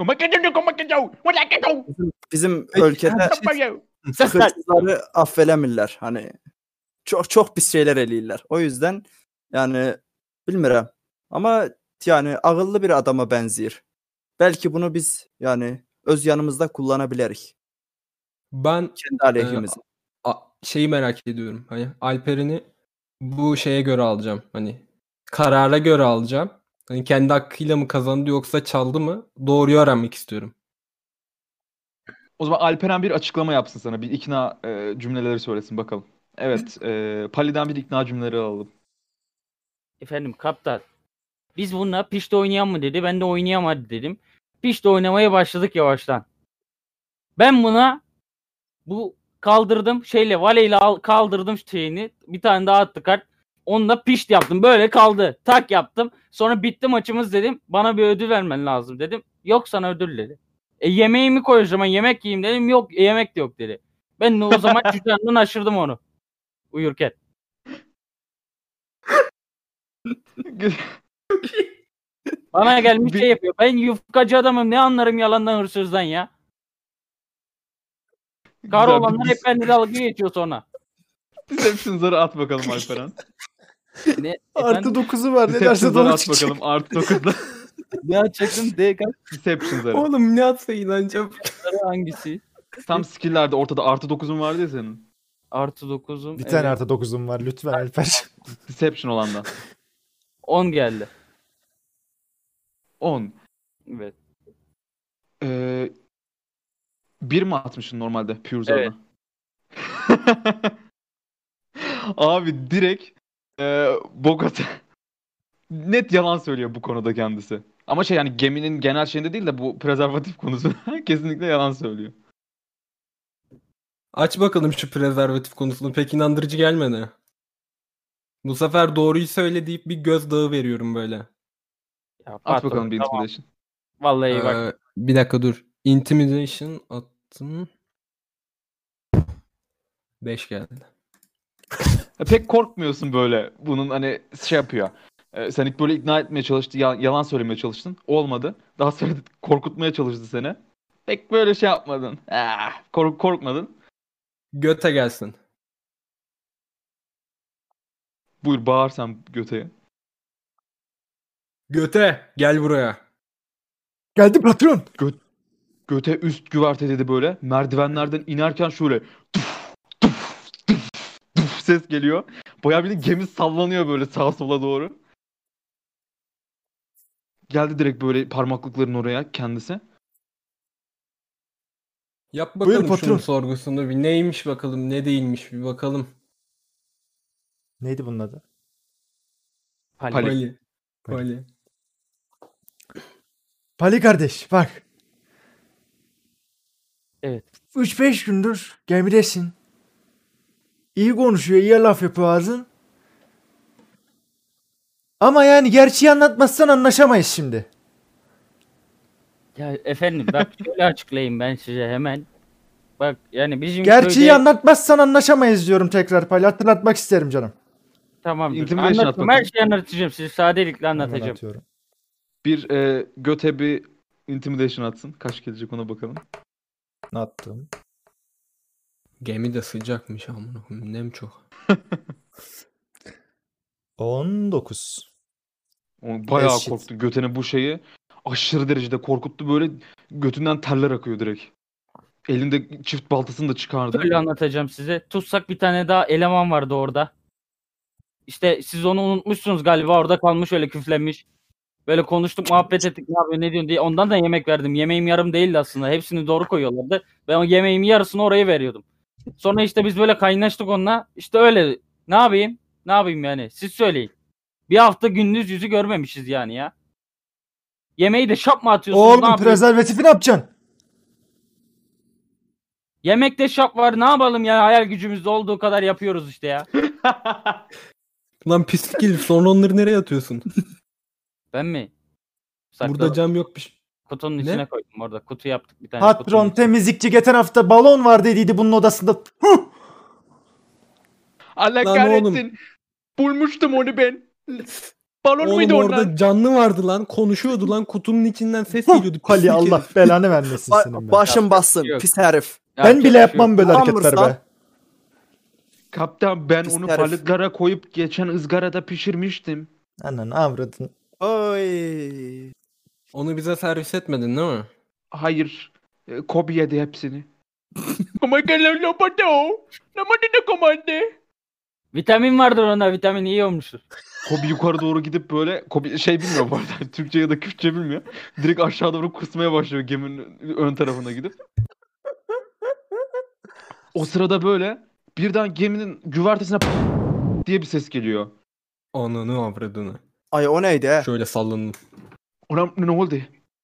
bizim ülkede Ses ver. hırsızları affelemirler. Hani çok çok pis şeyler eləyirlər. O yüzden yani bilmirəm. Ama yani ağıllı bir adama benziyor. Belki bunu biz yani öz yanımızda kullanabiliriz. Ben Kendi aleyhimize. a- şeyi merak ediyorum. Hani Alperen'i bu şeye göre alacağım. Hani karara göre alacağım. Hani kendi hakkıyla mı kazandı yoksa çaldı mı? Doğruyu öğrenmek istiyorum. O zaman Alperen bir açıklama yapsın sana. Bir ikna e, cümleleri söylesin bakalım. Evet. E, Pali'den bir ikna cümleleri alalım. Efendim kaptan. Biz bununla pişti oynayan mı dedi. Ben de oynayayım hadi dedim. Pişti oynamaya başladık yavaştan. Ben buna bu kaldırdım şeyle valeyle al, kaldırdım şeyini. Bir tane daha attı kart. Onu da pişt yaptım. Böyle kaldı. Tak yaptım. Sonra bitti maçımız dedim. Bana bir ödül vermen lazım dedim. Yok sana ödül dedi. E yemeğimi koy o zaman yemek yiyeyim dedim. Yok e, yemek de yok dedi. Ben de o zaman cüzdanından aşırdım onu. Uyurken. Bana gelmiş Bir- şey yapıyor. Ben yufkacı adamım. Ne anlarım yalandan hırsızdan ya. Kar Güzel, bir olanlar hep dis- benimle dalga geçiyor sonra. Deception zarı at bakalım Alperen. Ne? Artı Efendim? dokuzu var. Ne Deception derse zarı doğru at çıkacak. bakalım. Artı dokuzda. Ne açacaktım? D kaç? Deception zarı. Oğlum ne atsa inanacağım. Hangisi? Tam skill'lerde ortada artı dokuzun vardı ya senin. Artı dokuzum. Bir tane evet. artı dokuzum var. Lütfen Alper. Deception olandan. on geldi. on. Evet. Ee, bir mi atmışsın normalde Pure Evet. zarına? Abi direkt e, Bogota net yalan söylüyor bu konuda kendisi. Ama şey yani geminin genel şeyinde değil de bu prezervatif konusu kesinlikle yalan söylüyor. Aç bakalım şu prezervatif konusunu. Pek inandırıcı gelmedi. Bu sefer doğruyu söyle deyip bir gözdağı veriyorum böyle. Ya, At patron, bakalım bir tamam. intimidation. Vallahi bak. Ee, bir dakika dur. Intimidation attım. beş geldi. E, Pek korkmuyorsun böyle bunun hani şey yapıyor. E, sen ilk böyle ikna etmeye çalıştı, ya- yalan söylemeye çalıştın. Olmadı. Daha sonra korkutmaya çalıştı seni. Pek böyle şey yapmadın. Ah, kork korkmadın. Göte gelsin. Buyur bağır sen göteye. Göte gel buraya. Geldi patron. Göte üst güverte dedi böyle. Merdivenlerden inerken şöyle tuf, tuf, tuf, tuf ses geliyor. Bayağı bir de gemi sallanıyor böyle sağa sola doğru. Geldi direkt böyle parmaklıkların oraya kendisi. Yap Buyur bakalım patron. şunun sorgusunu. Bir neymiş bakalım ne değilmiş bir bakalım. Neydi bunun adı? Pali. Pali. Pali. Pali. Pali kardeş bak. Evet. üç beş gündür gemidesin. İyi konuşuyor, iyi laf yapıyor ağzın. Ama yani gerçeği anlatmazsan anlaşamayız şimdi. Ya efendim bak şöyle açıklayayım ben size hemen. Bak yani bizim Gerçeği köyde... anlatmazsan anlaşamayız diyorum tekrar Pali. Hatırlatmak isterim canım. Tamamdır. Intimidation at Anlatacağım. Her bakalım. şeyi anlatacağım size. Sadelikle Hemen anlatacağım. atıyorum. Bir e, göte bir intimidation atsın. Kaç gelecek ona bakalım. Attım. Gemi de sıcakmış amına koyayım. Nem çok. on dokuz. O bayağı Eşit. korktu. Götenin bu şeyi aşırı derecede korkuttu. Böyle götünden terler akıyor direkt. Elinde çift baltasını da çıkardı. Böyle anlatacağım size. Tutsak bir tane daha eleman vardı orada. İşte siz onu unutmuşsunuz galiba. Orada kalmış öyle küflenmiş. Böyle konuştuk muhabbet ettik ne yapıyor ne diyorsun diye. Ondan da yemek verdim. Yemeğim yarım değildi aslında. Hepsini doğru koyuyorlardı. Ben o yemeğimin yarısını oraya veriyordum. Sonra işte biz böyle kaynaştık onunla. İşte öyle. Ne yapayım? Ne yapayım yani? Siz söyleyin. Bir hafta gündüz yüzü görmemişiz yani ya. Yemeği de şap mı atıyorsunuz? Ne Oğlum yapıyorsunuz? prezervatifi ne yapacaksın? Yemekte şap var. Ne yapalım ya? Hayal gücümüzde olduğu kadar yapıyoruz işte ya. Lan pislik herif sonra onları nereye atıyorsun? Ben mi? Sakladım. Burada cam yokmuş. Kutunun Ne? içine koydum orada. Kutu yaptık bir tane. Patron kutunun içine. temizlikçi geçen hafta balon var dediydi bunun odasında. Huh! Allah Lan kahretsin. Bulmuştum onu ben. Balon Oğlum muydu orada ondan? canlı vardı lan. Konuşuyordu lan. Kutunun içinden ses geliyordu. Pali pislik Allah herif. belanı vermesin Ba- senin be. başım bassın Yok. pis herif. Ben Yapacak bile bir şey yapmam yok. böyle Tamam hareketler Mursal. be. Kaptan ben Pis onu herif. balıklara koyup geçen ızgarada pişirmiştim. Anan avradın. Oy. Onu bize servis etmedin değil mi? Hayır. E, Kobe yedi hepsini. Como es que lo, lo mató? No mató comandante. Vitamin vardır onda. Vitamin iyi olmuştur. Kobe yukarı doğru gidip böyle Kobe şey bilmiyor bu arada. Türkçe ya da Kürtçe bilmiyor. Direkt aşağı doğru kusmaya başlıyor geminin ön tarafına gidip. O sırada böyle birden geminin güvertesine diye bir ses geliyor. Ananı avradını. Ay o neydi he? Şöyle sallandım. Ona ne oldu?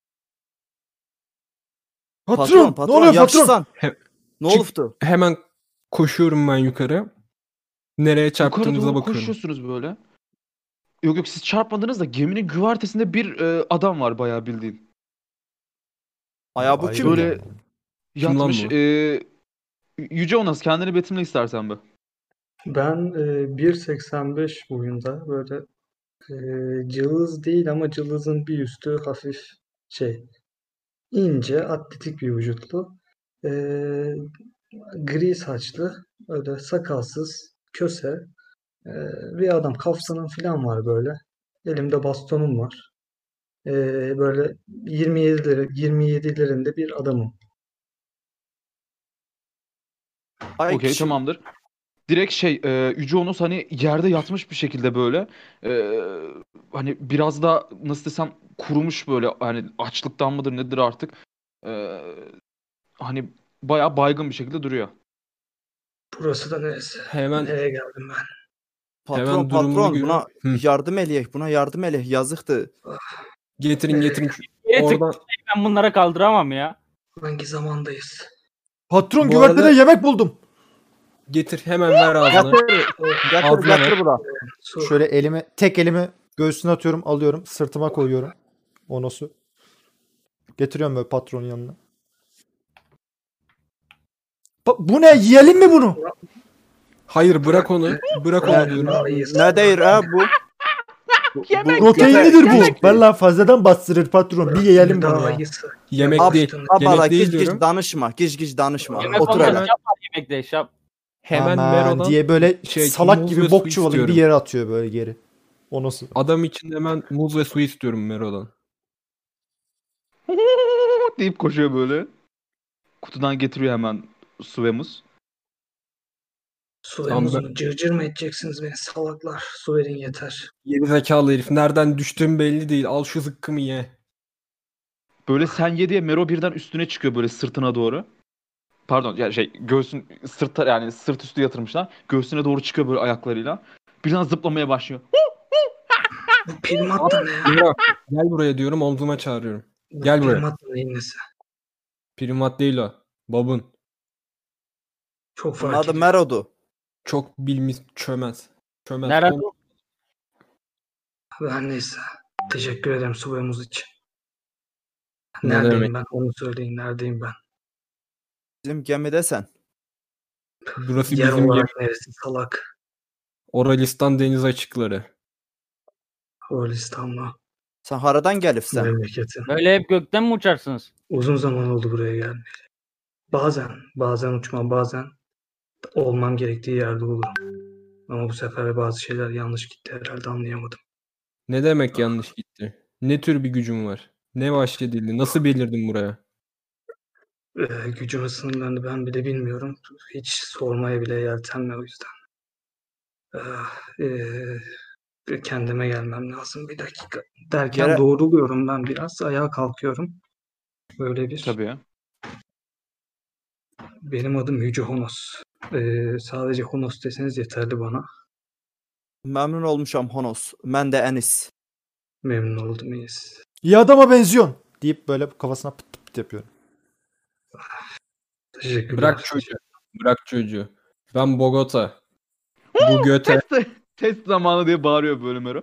Patron, ne oluyor patron? yakışsan. He- Ne Çık- oldu? Hemen koşuyorum ben yukarı. Nereye Yukarı çarptığımıza doğru bakıyorum. koşuyorsunuz böyle. Yok yok siz çarpmadınız da geminin güvertesinde bir e, adam var bayağı bildiğin. Aya bu Vay kim? be. Böyle Kim lan yatmış. bu? E, Yüce Onas kendini betimle istersen be. Ben e, bir seksen beş boyunda böyle e, cılız değil ama cılızın bir üstü hafif şey ince atletik bir vücutlu e, gri saçlı öyle sakalsız köse e, bir adam kaftanım falan var böyle elimde bastonum var. E, böyle yirmi yedileri yirmi yedilerinde bir adamım. Ay Okey kişi tamamdır. Direkt şey e, Yüce Onos hani yerde yatmış bir şekilde böyle. E, hani biraz da nasıl desem kurumuş böyle hani açlıktan mıdır nedir artık. E, hani bayağı baygın bir şekilde duruyor. Burası da neresi? Hemen Nereye geldim ben? patron hemen durumunu patron görüyorum. buna Hı. yardım eleyek. Buna yardım eleyek. Yazıktı. Getirin getirin. Şu- Yere tık- Oradan Ben bunlara kaldıramam ya. Hangi zamandayız? Patron Bu güvertede arada- yemek buldum. getir hemen ver ağzına. Getir Ağzına getir ver. buna. Su. Şöyle elimi tek elimi göğsüne atıyorum, alıyorum, sırtıma koyuyorum. Onosu. Getiriyorum böyle patronun yanına. Pa- bu ne? Yiyelim mi bunu? Hayır bırak onu. Bırak onu Ben diyorum. daha iyisi. Ne değil ha bu? Bu- bu- Proteinlidir bu. yemek. Vallahi fazladan bastırır patron. Bir yiyelim bunu Daha ya. iyisi. Yemek Ab- değil. Abala Yemek değil giç giç diyorum. danışma. Giç giç danışma. Yemek Otur olmasa hele. yapar yemekte şap. Hemen Aman Mero'dan diye böyle şey, salak muz gibi ve bok su çuvalı gibi bir istiyorum. yere atıyor böyle geri. Onosu. adam için hemen muz ve su istiyorum Mero'dan. deyip koşuyor böyle. Kutudan getiriyor hemen su ve muz. Su ve Tamam, muzu cırcır mı edeceksiniz beni salaklar? Su verin yeter. Geri zekalı herif. Nereden düştüğüm belli değil. Al şu zıkkımı ye. Böyle sen ye diye Mero birden üstüne çıkıyor böyle sırtına doğru. Pardon ya şey göğsün sırta yani sırt üstü yatırmışlar. Göğsüne doğru çıkıyor böyle ayaklarıyla. Birden zıplamaya başlıyor. Bu primat da ne ya? Mero gel buraya diyorum, omzuma çağırıyorum. Bu Gel buraya. primat da neyin nesi? Primat değil o. Babun. Çok Bunun fark adı ediyor. Mero'du. Çok bilmiş çömez. Çömez. Nerede? Kom- Ben neyse. Teşekkür ederim su ve muz için. Ne Neredeyim demek? ben? Onu söyleyin. Neredeyim ben? Bizim gemide sen. Burası Yer bizim olarak gemi. neresi salak? Oralistan deniz açıkları. Holistan mı? Sen haradan gelipsen. Memleketin. Böyle hep gökten mi uçarsınız? Uzun zaman oldu buraya gelmeyeli. Bazen, bazen uçmam, bazen olmam gerektiği yerde olurum. Ama bu sefer bazı şeyler yanlış gitti herhalde anlayamadım. Ne demek yanlış gitti? Ne tür bir gücün var? Ne bahşedildi? Nasıl belirdin buraya? Ee, gücümün sınırlarını ben bile bilmiyorum. Hiç sormaya bile yeltenme o yüzden. Ah, ee, kendime gelmem lazım bir dakika. Derken Yere- doğruluyorum ben biraz. Ayağa kalkıyorum. Böyle bir. Tabii ya. Benim adım Yüce Honos. Ee, sadece Honos deseniz yeterli bana. Memnun olmuşam Honos. Ben de Enis. Memnun oldum iyiyiz. İyi adama benziyorsun deyip böyle kafasına pıt pıt pıt yapıyorum. Teşekkürler. Bırak çocuğu. Bırak çocuğu. Ben Bogota. Bu göte. Test, test zamanı diye bağırıyor böyle Mero.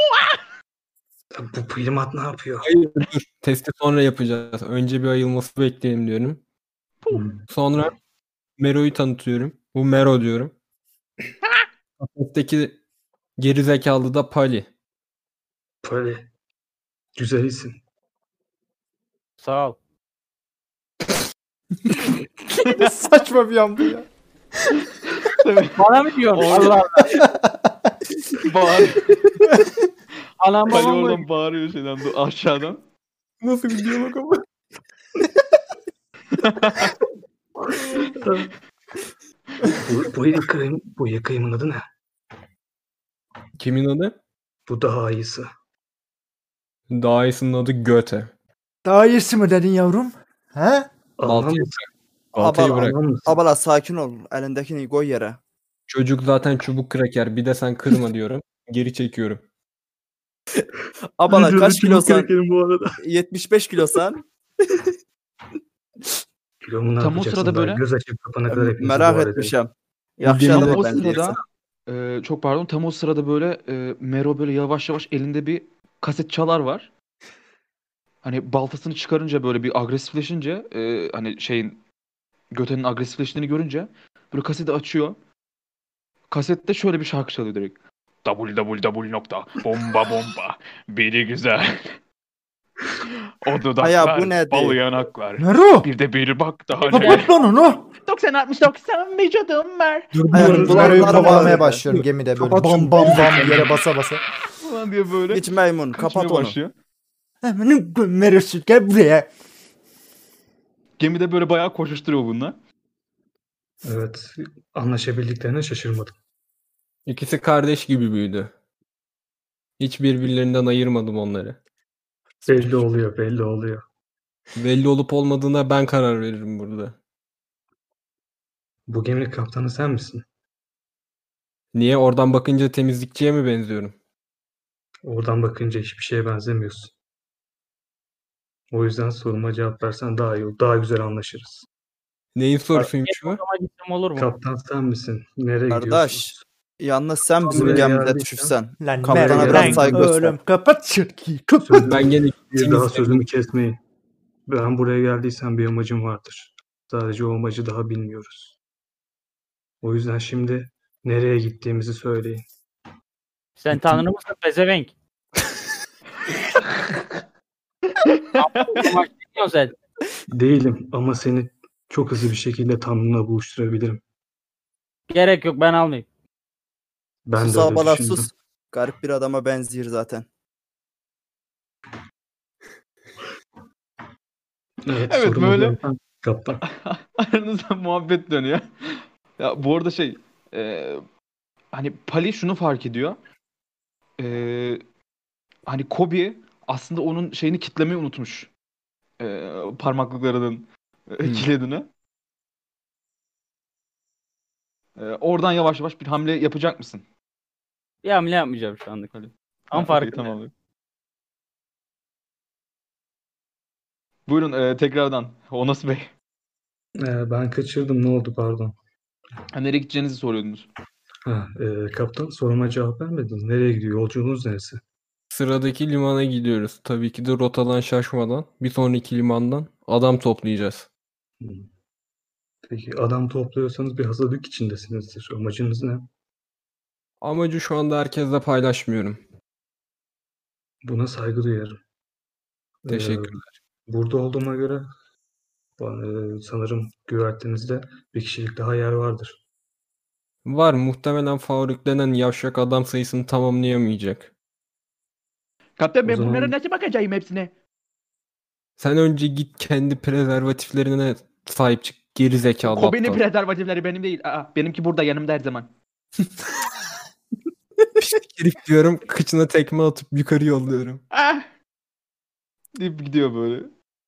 Bu primat ne yapıyor? Hayır dur. Testi sonra yapacağız. Önce bir ayılması bekleyelim diyorum. Hmm. Sonra Mero'yu tanıtıyorum. Bu Mero diyorum. Kafesteki geri zekalı da Pali. Böyle güzel isim. Sağ ol. Saçma bir an bu ya. Bana mı diyorsun? Orada- Allah Allah. Bağır. Anam Kale babam mı? oradan bağırıyor şeyden dur aşağıdan. Nasıl bir diyalog ama? Bu, bu yıkayım, bu yıkayımın adı ne? Kimin adı? Bu daha iyisi. Daha iyisinin adı Göte. Daha iyisi mi dedin yavrum? He? Alman Baltayı mısın? bırak. Baltayı Abala- bırak. Alman mısın? Abala sakin ol. Elindekini koy yere. Çocuk zaten çubuk kraker. Bir de sen kırma diyorum. Geri çekiyorum. Abala kaç kilosan? Krakerim bu arada. yetmiş beş kilosan. Kilomu ne Tam o yapacaksın? sırada Ben böyle- Göz açıp kapana kadar hepinizi Merak bu arada. etmişim. Gemiler- Tam Yakışan o ben sırada Ee, çok pardon. Tam o sırada böyle e, Mero böyle yavaş yavaş elinde bir kaset çalar var. Hani baltasını çıkarınca böyle bir agresifleşince e, hani şeyin Göte'nin agresifleştiğini görünce böyle kaseti açıyor. Kasette şöyle bir şarkı çalıyor direkt. www nokta bomba bomba biri güzel. O Ha ya bu dudaklar, ne bal de? yanaklar. Mero! Bir de bir bak daha ne. Kapat lan onu! doksan altmış doksan vücudum var. Hayır, Dur, bu Mero'yu laflar kovalamaya var. başlıyorum gemide böyle Kapat bam şunu. bam bam yere basa basa. Falan diye böyle Hiç maymun kaçmaya kapat onu. başlıyor. Hemen Mero'su gel buraya. Gemide böyle bayağı koşuşturuyor bununla. Evet, anlaşabildiklerine şaşırmadım. İkisi kardeş gibi büyüdü. Hiç birbirlerinden ayırmadım onları. Belli oluyor, belli oluyor. Belli olup olmadığına ben karar veririm burada. Bu geminin kaptanı sen misin? Niye? Oradan bakınca temizlikçiye mi benziyorum? Oradan bakınca hiçbir şeye benzemiyorsun. O yüzden soruma cevap versen daha iyi olur. Daha güzel anlaşırız. Neyin sorusuymuş bu? Ama gitsem olur mu? Kaptan sen misin? Nereye Kardeş. gidiyorsunuz? Yalnız sen bizim Buraya gemimize geldiysen- düşürsen. Lan Kaptana Mero biraz lan saygı göster. oğlum kapat şarkıyı kapat. Sözümü, Ben gene bir daha temizlerim. sözümü kesmeyin. Ben buraya geldiysem bir amacım vardır. Sadece o amacı daha bilmiyoruz. O yüzden şimdi nereye gittiğimizi söyleyin. Sen tanrı mısın pezevenk? Ne diyorsun sen? Değilim ama seni çok hızlı bir şekilde Tanrı'na buluşturabilirim. Gerek yok, ben almayayım. Ben Sus de öyle abala düşündüm. sus. Garip bir adama benziyor zaten. Evet, Evet, soruma böyle. cevap- Kaptan. Aranızda muhabbet dönüyor. Ya bu arada şey e, hani Pali şunu fark ediyor. E, hani Kobe aslında onun şeyini kitlemeyi unutmuş. E, parmaklıklarının e, Hmm. kilidini. E, oradan yavaş yavaş bir hamle yapacak mısın? Bir hamle yapmayacağım şu anlık öyle. Ha, Ama okey, farkındayım. tamam. Buyurun e, tekrardan. Onas Bey. Ee, ben kaçırdım. Ne oldu pardon. Ha, nereye gideceğinizi soruyordunuz. Ha, e, kaptan soruma cevap vermedin. Nereye gidiyor? Yolculuğunuz neresi? Sıradaki limana gidiyoruz. Tabii ki de rotadan şaşmadan bir sonraki limandan adam toplayacağız. Hmm. Peki adam topluyorsanız bir hazırlık içindesinizdir. Amacınız ne? Amacı şu anda herkesle paylaşmıyorum. Buna saygı duyarım. Ee, Teşekkürler. burada olduğuma göre e, sanırım güvertenizde bir kişilik daha yer vardır. Var, muhtemelen Faruk denen yavşak adam sayısını tamamlayamayacak. Kaptan O ben zaman- bunlara nasıl bakacağım hepsine? Sen önce git kendi prezervatiflerine sahip çık. Geri zekalı Kobe'nin aptal. prezervatifleri benim değil. Aa, benimki burada yanımda her zaman. Herif diyorum, kıçına tekme atıp yukarı yolluyorum. Ah! Deyip gidiyor böyle.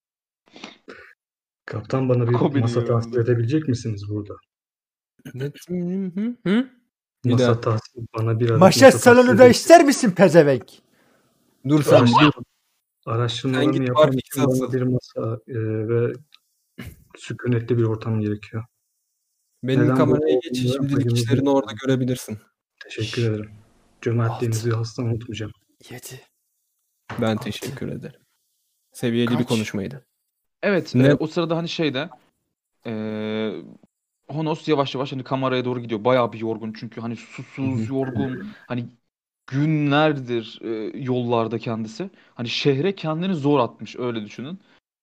Kaptan bana bir Kobe'nin masa yanında. tahsil edebilecek misiniz burada? Ne? Hı? Hı? Bir Masa daha. tahsil bana bir adet Maşet masa tahsil salonu da edin. ister misin pezevenk? Dur sen dur. Sen Araştırmalarımı git yapmam var, için bana fixatsın. bir masa e, ve sükunetli bir ortam gerekiyor. Benim Neden kameraya burada geç, olduğunu şimdilik amacımızı işlerini orada bilmiyorum. görebilirsin. Teşekkür ederim. Cömertliğinizi asla unutmayacağım. Yedi. Ben Altı. teşekkür ederim. Seviyeli bir Kaç? konuşmaydı. Evet, Ne? e, o sırada hani şeyde e, Honos yavaş yavaş hani kameraya doğru gidiyor. Bayağı bir yorgun çünkü hani susuz, yorgun. Hani günlerdir e, yollarda kendisi. Hani şehre kendini zor atmış, öyle düşünün.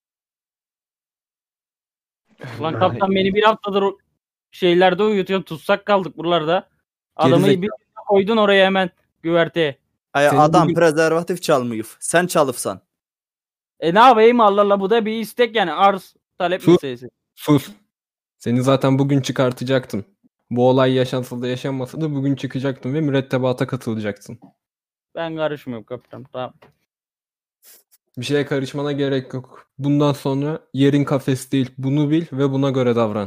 Lan Ben- kaptan beni bir haftadır o şeylerde uyutuyorsun. Tutsak kaldık buralarda. Adamı Gerizekalı. bir koydun oraya hemen güverteye. Ay Senin adam bugün- prezervatif çalmıyor. Sen çalıfsan. E ne yapayım, Allah Allah, bu da bir istek yani, arz talep Sus. meselesi. Sus. Seni zaten bugün çıkartacaktım. Bu olay yaşansa da yaşanmasa da bugün çıkacaktın ve mürettebata katılacaksın. Ben karışmıyorum kaptan. Tamam. Bir şeye karışmana gerek yok. Bundan sonra yerin kafes değil. Bunu bil ve buna göre davran.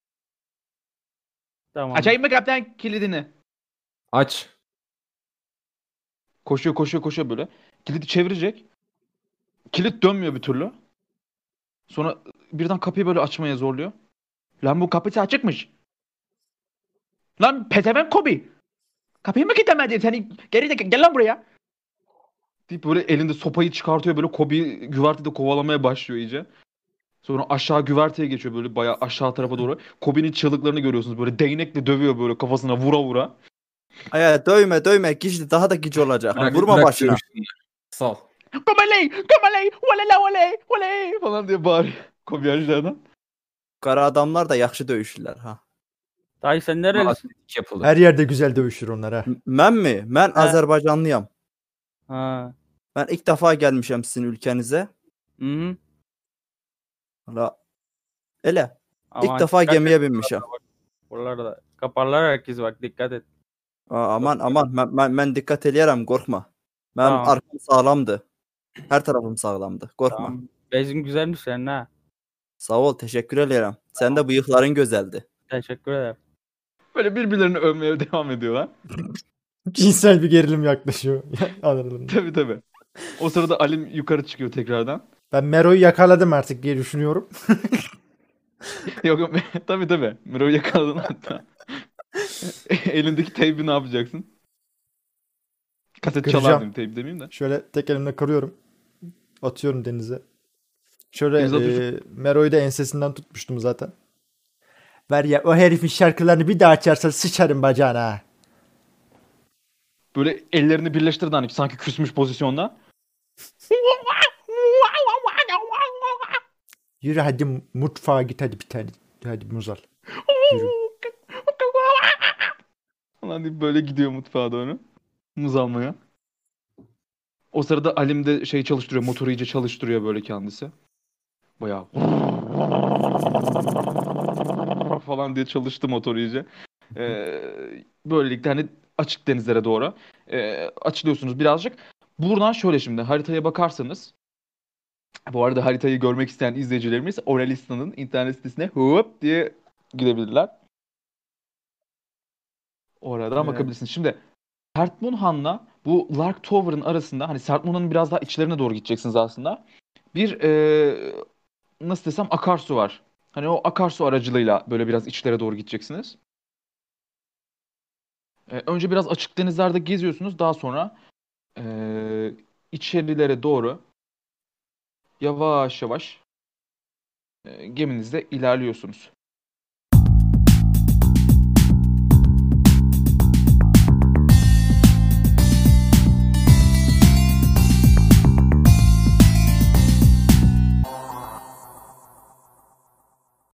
Tamam. Açayım mı kaptan kilidini? Aç. Koşuyor, koşuyor, koşuyor böyle. Kilidi çevirecek. Kilit dönmüyor bir türlü. Sonra birden kapıyı böyle açmaya zorluyor. Lan bu kapısı açıkmış. Lan pezevenk Kobe. Kapıyı mı kilitlemedin? Seni geri de gel lan buraya. Deyip böyle elinde sopayı çıkartıyor, böyle Kobe'yi güvertede kovalamaya başlıyor iyice. Sonra aşağı güverteye geçiyor, böyle bayağı aşağı tarafa doğru. Kobe'nin çığlıklarını görüyorsunuz, böyle değnekle dövüyor böyle kafasına vura vura. Aya dövme dövme gizli daha da gici olacak. Bırak- Vurma bırak başına. dövüşsünler. Sağ ol. Komaley! Komaley! Valala valey! Valey! Falan diye bağırıyor Kobe aşağıdan. Kara adamlar da yaxşı dövüşürler ha. Dayı sen nerelisin? Atletik yapılır. Her yerde güzel dövüşür onlar ha. M- Mən mi? Mən Hə. Azərbaycanlıyam. Ha. Ben ilk defa gelmişim sizin ülkenize. Hı hı. Valla ele. Aman İlk defa dikkat gemiye et binmişim. buralarda. Kaparlar herkes bak dikkat et. Aa, aman aman mən, mən, mən dikkat eləyərəm, qorxma. Mənim Tamam. arkam sağlamdı. Her tarafım sağlamdı. Qorxma. Tamam. Bezin güzelmiş senin ha. Sağ ol, teşekkür ederim. Sen de bıyıkların güzeldi. Teşekkür ederim. Böyle birbirlerini övmeye devam ediyorlar. Cinsel bir gerilim yaklaşıyor aralarında. Tabii tabii. O sırada Alim yukarı çıkıyor tekrardan. Ben Mero'yu yakaladım artık diye düşünüyorum. Yok yok tabii tabii. Miro'yu yakaladın hatta. Elindeki teybi ne yapacaksın? Kaset Kıracağım. çalar diyeyim, teyp demeyeyim de. Şöyle tek elimle kırıyorum. Atıyorum denize. Şöyle Denize e, atıyorsun. Mero'yu da ensesinden tutmuştum zaten. Ver ya o herifin şarkılarını bir daha açarsan sıçarım bacağına ha. Böyle ellerini birleştirdi hani sanki küsmüş pozisyonda. Yürü hadi mutfağa git hadi bir tane. Hadi muz al. Yürü. Falan deyip böyle gidiyor mutfağa doğru. Muz almaya. O sırada Alim de şey çalıştırıyor. Motoru iyice çalıştırıyor böyle kendisi. Bayağı falan diye çalıştı motor iyice. Ee, böylelikle hani açık denizlere doğru ee, açılıyorsunuz birazcık. Buradan şöyle şimdi haritaya bakarsanız, bu arada haritayı görmek isteyen izleyicilerimiz Oralista'nın internet sitesine hop diye gidebilirler. Oradan Evet. bakabilirsiniz. Şimdi Sertmunhan'la bu Lark Tower'ın arasında, hani Sertmunhan'ın biraz daha içlerine doğru gideceksiniz aslında. Bir ee, nasıl desem akarsu var. Hani o akarsu aracılığıyla böyle biraz içlere doğru gideceksiniz. Ee, önce biraz açık denizlerde geziyorsunuz. Daha sonra ee, içerilere doğru yavaş yavaş ee, geminizde ilerliyorsunuz.